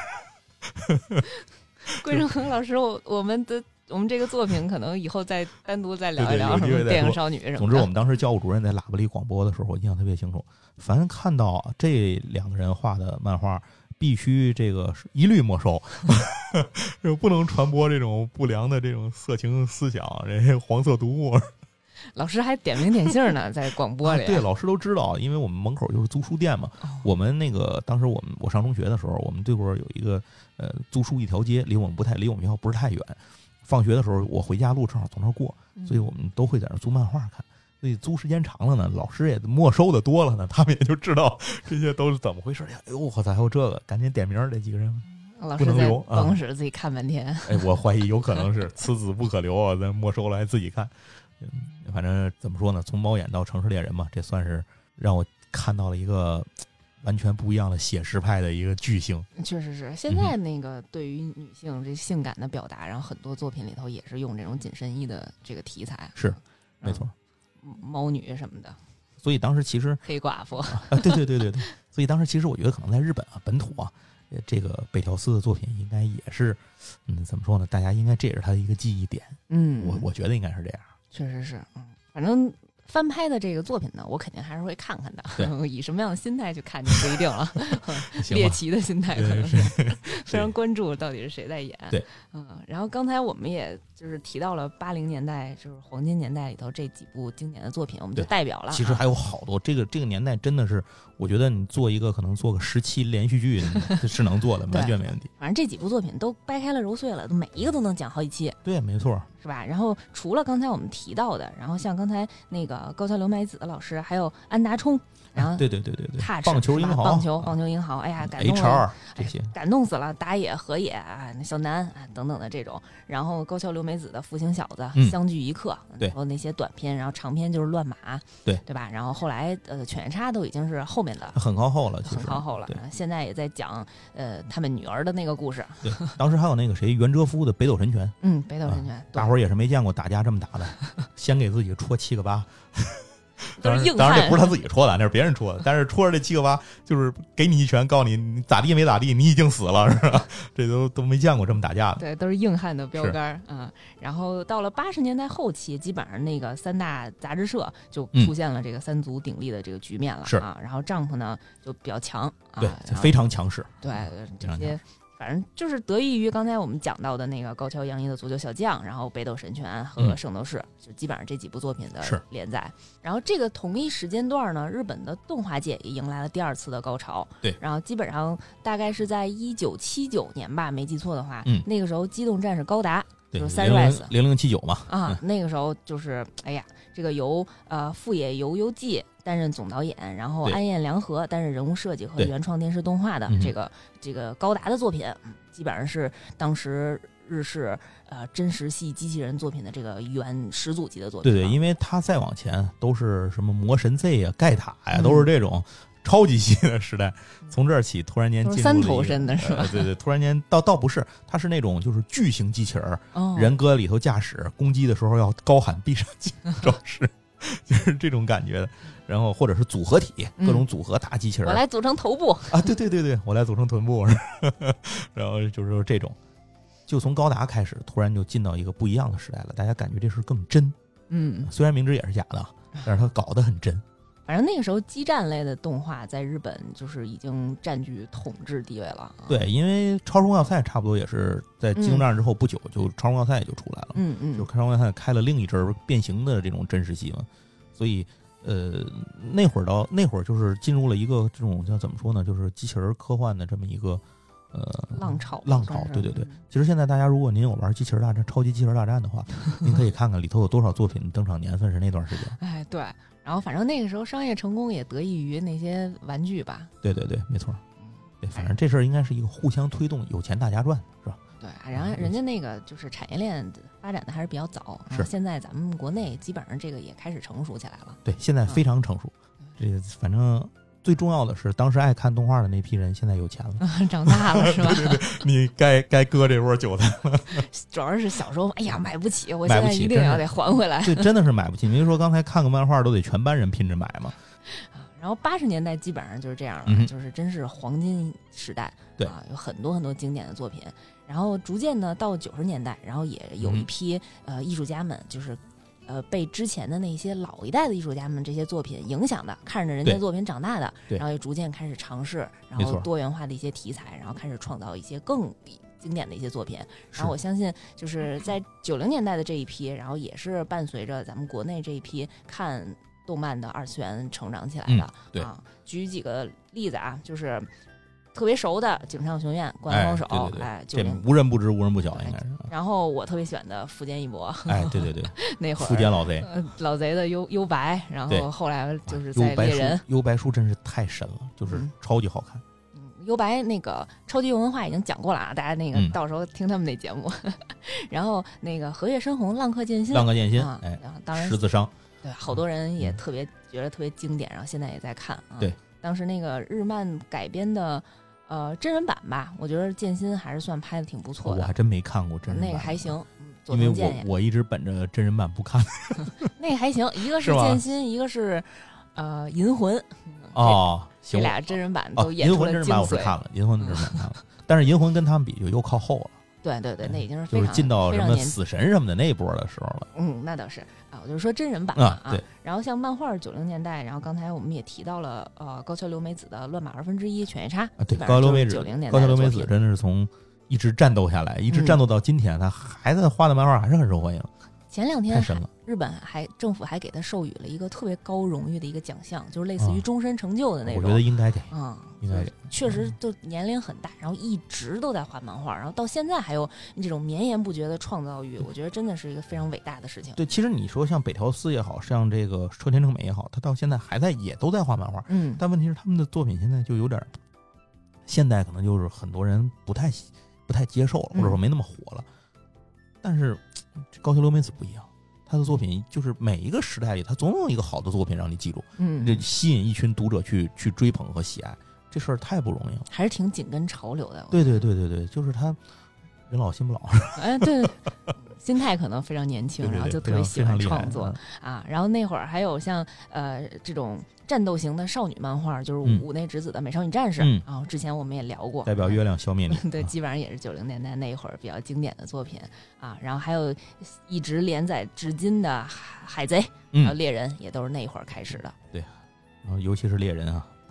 桂正和老师，我们这个作品可能以后再单独再聊一聊什么电影少女什么的。 总之，我们当时教务主任在喇叭里广播的时候，我印象特别清楚。凡看到这2个人画的漫画，必须这个一律没收，不能传播这种不良的这种色情思想，这些黄色读物。 老师还点名点姓呢，在广播里。 对，老师都知道，因为我们门口就是租书店嘛。我们那个当时我上中学的时候，我们对过有一个租书一条街，离我们学校不是太远。放学的时候，我回家路正好从那儿过，所以我们都会在那儿租漫画看。所以租时间长了呢，老师也没收的多了呢，他们也就知道这些都是怎么回事。哎呦，我操，还有这个，赶紧点名这几个人。 老师在办公室自己看半天。 我怀疑有可能是此子不可留啊，咱没收了还自己看。反正怎么说呢，从猫眼到城市猎人嘛，这算是让我看到了一个完全不一样的写实派的一个巨星。 确实是，现在那个对于女性这性感的表达，然后很多作品里头也是用这种紧身衣的这个题材。 是，没错， 猫女什么的。 所以当时其实黑寡妇， 对。所以当时其实我觉得可能在日本啊本土啊，这个北条司的作品应该也是，怎么说呢？大家应该这也是他的一个记忆点。我觉得应该是这样。 确实是，反正翻拍的这个作品呢，我肯定还是会看看的。以什么样的心态去看就不一定了。猎奇的心态可能是非常关注到底是谁在演。 对， 然后刚才我们也就是提到了80年代，就是黄金年代里头这几部经典的作品，我们就代表了。 其实还有好多，这个年代真的是，我觉得你可能做个17连续剧是能做的，完全没问题。 反正这几部作品都掰开了揉碎了，每一个都能讲好几期。 对，没错。 是吧？然后除了刚才我们提到的，然后像刚才那个高桥留美子的老师，还有安达充，然后对， 棒球英豪， 棒球英豪，哎呀，感动了 HR 这些， 感动死了，打野、河野啊，小南啊等等的这种。然后高桥留美子的复兴小子、相聚一刻，然后那些短篇，然后长篇就是乱马，对吧？然后后来犬夜叉都已经是后面的， 很靠后了，其实很靠后了。现在也在讲他们女儿的那个故事。 对，当时还有那个谁袁哲夫的北斗神拳， 北斗神拳， 大伙儿也是没见过打架这么打的，先给自己戳7个疤。 当然这不是他自己戳的，那是别人戳的。但是戳着这7个疤，就是给你一拳，告诉你咋地没咋地，你已经死了，是吧？这都没见过这么打架的。 对，都是硬汉的标杆啊。然后到了80年代后期，基本上那个3大杂志社就出现了这个3足鼎立的这个局面了啊。然后Jump呢就比较强， 对，非常强势。 对，这些。 反正就是得益于刚才我们讲到的那个高桥阳一的足球小将，然后北斗神拳和圣斗士，就基本上这几部作品的连载。然后这个同一时间段呢，日本的动画界也迎来了第2次的高潮。 对， 然后基本上大概是在1979年吧，没记错的话，那个时候机动战士高达。就是 Sunrise 0079嘛啊，那个时候就是哎呀，这个由富野由悠季担任总导演，然后安彦良和担任人物设计和原创电视动画的这个高达的作品，基本上是当时日式真实系机器人作品的这个原始祖级的作品。 对，因为他再往前都是什么魔神 Z 啊、盖塔呀，都是这种。超级系的时代，从这儿起突然间进入 3头身的是吧？ 对，突然间倒不是，它是那种就是巨型机器人，人搁里头驾驶，攻击的时候要高喊闭上睛，主要是就是这种感觉的。然后或者是组合体，各种组合大机器人， 我来组成头部啊，对，我来组成臀部，然后就是这种，就从高达开始，突然就进到一个不一样的时代了，大家感觉这事更真，虽然明知也是假的，但是它搞得很真。 反正那个时候激战类的动画在日本就是已经占据统治地位了。 对，因为超时空要塞差不多也是在机动战士之后不久，就超时空要塞也就出来了。就超时空要塞开了另一阵变形的这种真实戏嘛，所以那会儿就是进入了一个这种叫怎么说呢，就是机器人科幻的这么一个浪潮。 对。其实现在大家如果您有玩机器人大战、超级机器人大战的话，您可以看看里头有多少作品登场年份是那段时间。 哎，对。然后反正那个时候商业成功也得益于那些玩具吧。 对，没错。对，反正这事儿应该是一个互相推动，有钱大家赚，是吧？ 对，然后人家那个就是产业链发展的还是比较早， 是现在咱们国内基本上这个也开始成熟起来了。 对，现在非常成熟。这个反正最重要的是，当时爱看动画的那批人现在有钱了， 长大了是吧？ 对，你该割这波韭菜了。 主要是小时候，哎呀，买不起，我现在一定要得还回来。 这真的是买不起。你说刚才看个漫画都得全班人拼着买嘛。 然后80年代基本上就是这样了，就是真是黄金时代。 对有很多经典的作品。然后逐渐呢，到90年代，然后也有一批艺术家们，就是被之前的那些老一代的艺术家们这些作品影响的，看着人家作品长大的，然后也逐渐开始尝试，然后多元化的一些题材，然后开始创造一些更经典的一些作品。然后我相信就是在90年代的这一批，然后也是伴随着咱们国内这一批看动漫的2次元成长起来的。 对啊，举几个例子啊，就是特别熟的井上雄彦《灌篮高手》， 这无人不知无人不晓，应该是。 然后我特别喜欢的富坚义博， 对， 那会儿富坚老贼， 老贼的幽白，然后后来就是在猎人， 幽白书真是太神了，就是超级好看。 幽白那个超级文化已经讲过了啊，大家那个到时候听他们那节目。然后那个和月深红、浪客剑心， 当然十字伤， 对，好多人也特别觉得特别经典，然后现在也在看啊。 对， 当时那个日漫改编的。真人版吧，我觉得剑心还是算拍的挺不错的。 我还真没看过真人版， 那个还行， 因为我一直本着真人版不看。 那个还行，一个是剑心，一个是银魂。 哦， 这俩真人版都演出了精髓。 银魂真人版我是看了，银魂真人版看了，但是银魂跟他们比就又靠后了。 对，那已经是就是进到什么死神什么的那一波的时候了。 那倒是啊，我就是说真人版对。 然后像漫画90年代，然后刚才我们也提到了高桥留美子的《乱马1/2犬夜叉》 对，高桥留美子 90年代高桥留美子真的是从一直战斗下来，一直战斗到今天，他还在画的漫画还是很受欢迎。 前2天太神了， 日本政府还给他授予了一个特别高荣誉的一个奖项，就是类似于终身成就的那种。 我觉得应该给，应该给。 确实，就年龄很大，然后一直都在画漫画，然后到现在还有这种绵延不绝的创造欲，我觉得真的是一个非常伟大的事情。 对，其实你说像北条司也好，像这个车田正美也好，他到现在也都在画漫画。但问题是他们的作品现在就有点，现在可能就是很多人不太接受了，或者说没那么火了。但是高桥留美子不一样。他的作品就是每一个时代里，他总有一个好的作品让你记住，这吸引一群读者去追捧和喜爱，这事儿太不容易了， 还是挺紧跟潮流的。 对，就是他人老心不老， 哎，对，心态可能非常年轻，然后就特别喜欢创作啊。然后那会儿还有像这种战斗型的少女漫画，就是五内直子的《美少女战士》啊，之前我们也聊过， 代表月亮消灭你。 对，基本上也是90年代那一会儿比较经典的作品啊。然后还有一直连载至今的海贼，还有猎人，也都是那一会儿开始的。 对，然后尤其是猎人啊，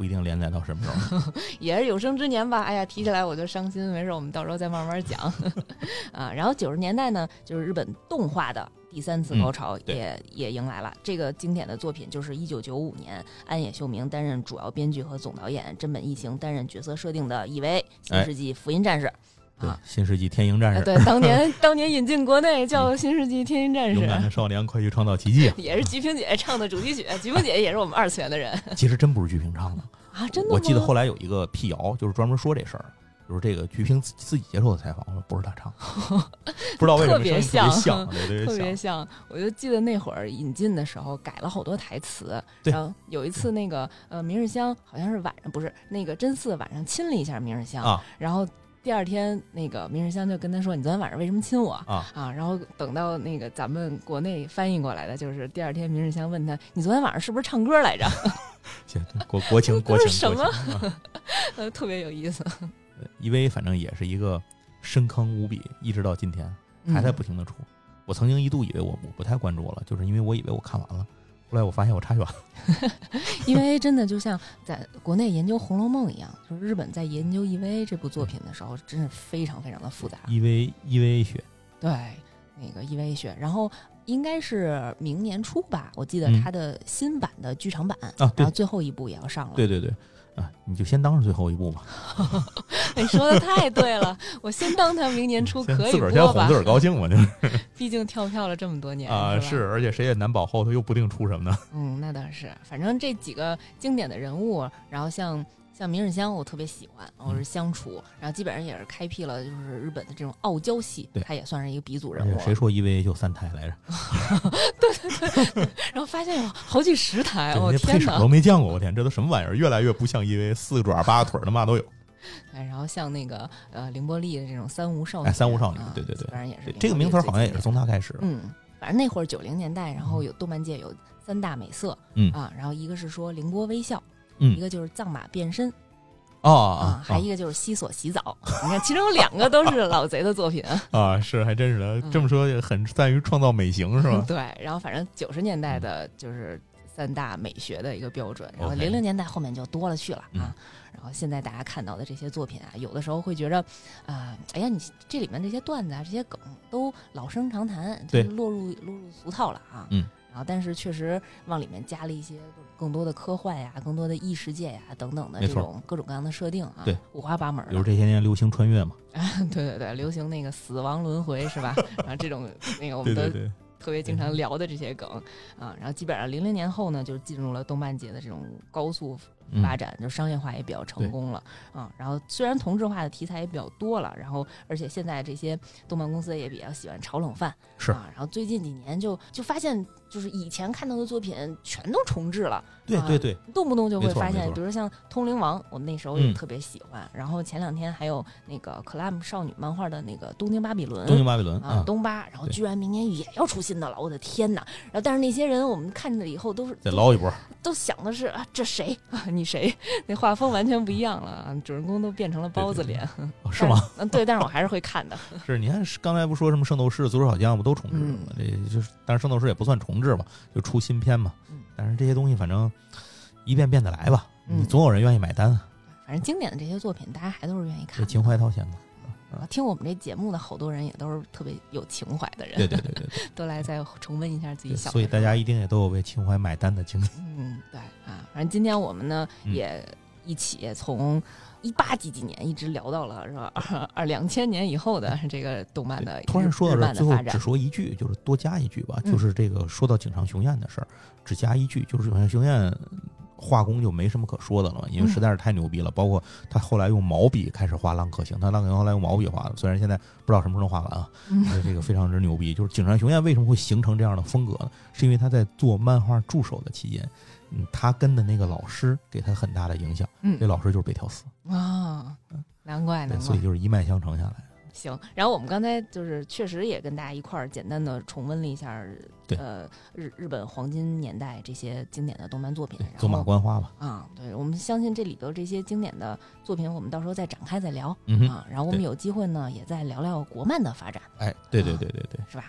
不一定连载到什么时候， 也是有生之年吧。哎呀，提起来我就伤心，没事，我们到时候再慢慢讲啊。然后90年代呢，就是日本动画的第3次高潮也迎来了。这个经典的作品就是1995年安野秀明担任主要编剧和总导演，真本义行担任角色设定的EVA新世纪福音战士。 对，新世纪天鹰战士， 对，当年引进国内叫新世纪天鹰战士， 勇敢的少年快去创造奇迹， 也是菊萍姐唱的主题曲。菊萍姐也是我们2次元的人， 其实真不是菊萍唱的啊，真的吗？ 我记得后来有一个辟谣，就是专门说这事儿，就是这个菊萍自己接受的采访，不是他唱，不知道为什么特别像， 特别像。我就记得那会儿引进的时候改了好多台词，然后有一次那个明日香好像是晚上，不是那个真嗣晚上亲了一下明日香啊， 然后第2天那个明日香就跟他说：“你昨天晚上为什么亲我啊？” 然后等到那个咱们国内翻译过来的，就是第2天明日香问他：“你昨天晚上是不是唱歌来着？” 国情什么？特别有意思。 EVA 反正也是一个深坑无比，一直到今天还在不停的出。我曾经一度以为我不太关注了，就是因为我以为我看完了。后来我发现我差远了， 因为真的就像在国内研究《红楼梦》一样，就是日本在研究 EVA 这部作品的时候，真是非常非常的复杂。 EVA 学， 对，那个 EVA 学，然后应该是明年初吧，我记得它的新版的剧场版，然后最后一部也要上了。 对对对。啊，你就先当是最后一部吧。 你说的太对了，我先当它明年初可以播吧。 自个儿先哄自个儿高兴嘛，就是。 毕竟跳票了这么多年啊，是，而且谁也难保后头又不定出什么呢。 那倒是，反正这几个经典的人物，然后像明日香，我特别喜欢，我是相处，然后基本上也是开辟了就是日本的这种傲娇系，他也算是一个鼻祖人物。 谁说 EVA 就3台来着？ 对，然后发现有好几10台，我天哪， 都没见过，我天，这都什么玩意儿？越来越不像 EVA， 4个爪8个腿的嘛都有。 然后像那个凌波丽的这种三无少女， 三无少女，对对对， 反正也是这个名词好像也是从他开始。 反正那会儿90年代，然后有动漫界有3大美色，然后一个是说凌波微笑，一个就是藏马变身。还一个就是西索洗澡，你看，其中有2个都是老贼的作品啊，是还真是的。这么说也很在于创造美型，是吧？ 对，然后反正90年代的就是3大美学的一个标准，然后00年代后面就多了去了啊。然后现在大家看到的这些作品啊，有的时候会觉着哎呀，你这里面这些段子啊，这些梗都老生常谈，就落入俗套了啊。然后，但是确实往里面加了一些更多的科幻呀、更多的异世界呀等等的这种各种各样的设定啊，五花八门的。 比如这些年流行穿越嘛， 对对对，流行那个死亡轮回是吧？然后这种那个我们都特别经常聊的这些梗啊，然后基本上00年后呢，就进入了动漫界的这种高速发展，就商业化也比较成功了啊。然后虽然同质化的题材也比较多了，然后而且现在这些动漫公司也比较喜欢炒冷饭， 是啊。然后最近几年就发现，就是以前看到的作品全都重置了。 对对对， 动不动就会发现，比如像《通灵王》，我那时候也特别喜欢。然后前2天还有那个 Clamp 少女漫画的那个《东京巴比伦》啊，东巴，然后居然明年也要出新的了，我的天哪！然后但是那些人我们看着以后都是再捞一波， 都想的是啊，这谁啊？你谁？那画风完全不一样了，主人公都变成了包子脸， 是吗？ 对，但是我还是会看的。 是，你看刚才不说什么圣斗士、足球小将不都重置了吗？这就是，但是圣斗士也不算重置吧，就出新片嘛。但是这些东西反正一遍遍的来吧，你总有人愿意买单。 反正经典的这些作品，大家还都是愿意看。 这情怀掏钱嘛。 听我们这节目的好多人也都是特别有情怀的人， 对， 都来再重温一下自己小的。 所以大家一定也都有为情怀买单的经历。 对啊，反正今天我们呢也一起从18几年一直聊到了是吧2000年以后的这个动漫的突然说到这，最后只说一句，就是多加一句吧，就是这个说到井上雄彦的事儿，只加一句，就是井上雄彦画工就没什么可说的了，因为实在是太牛逼了。包括他后来用毛笔开始画浪客行，他浪客行后来用毛笔画的，虽然现在不知道什么时候能画完啊，这个非常之牛逼。就是井上雄彦为什么会形成这样的风格呢？是因为他在做漫画助手的期间，他跟的那个老师给他很大的影响，这老师就是北条司啊，难怪， 所以就是一脉相承下来。 行，然后我们刚才就是确实也跟大家一块儿简单的重温了一下，日本黄金年代这些经典的动漫作品， 走马观花吧啊！对，我们相信这里头这些经典的作品，我们到时候再展开再聊啊。然后我们有机会呢，也再聊聊国漫的发展。 哎，对， 是吧？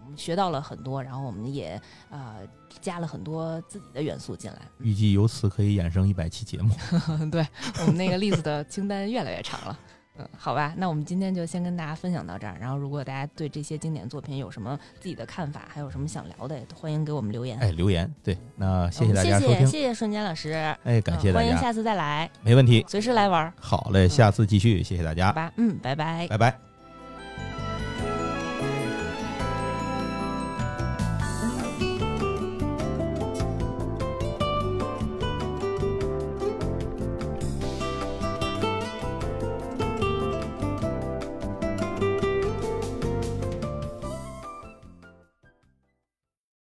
们学到了很多，然后我们也加了很多自己的元素进来。 预计由此可以衍生100期节目。 对，我们那个 list 的清单越来越长了。好吧，那我们今天就先跟大家分享到这儿。然后，如果大家对这些经典作品有什么自己的看法，还有什么想聊的，也欢迎给我们留言。 留言。对，那谢谢大家收听， 谢谢瞬间老师， 感谢大家， 欢迎下次再来， 没问题， 随时来玩。 好嘞，下次继续，谢谢大家， 好吧，拜拜， 拜拜。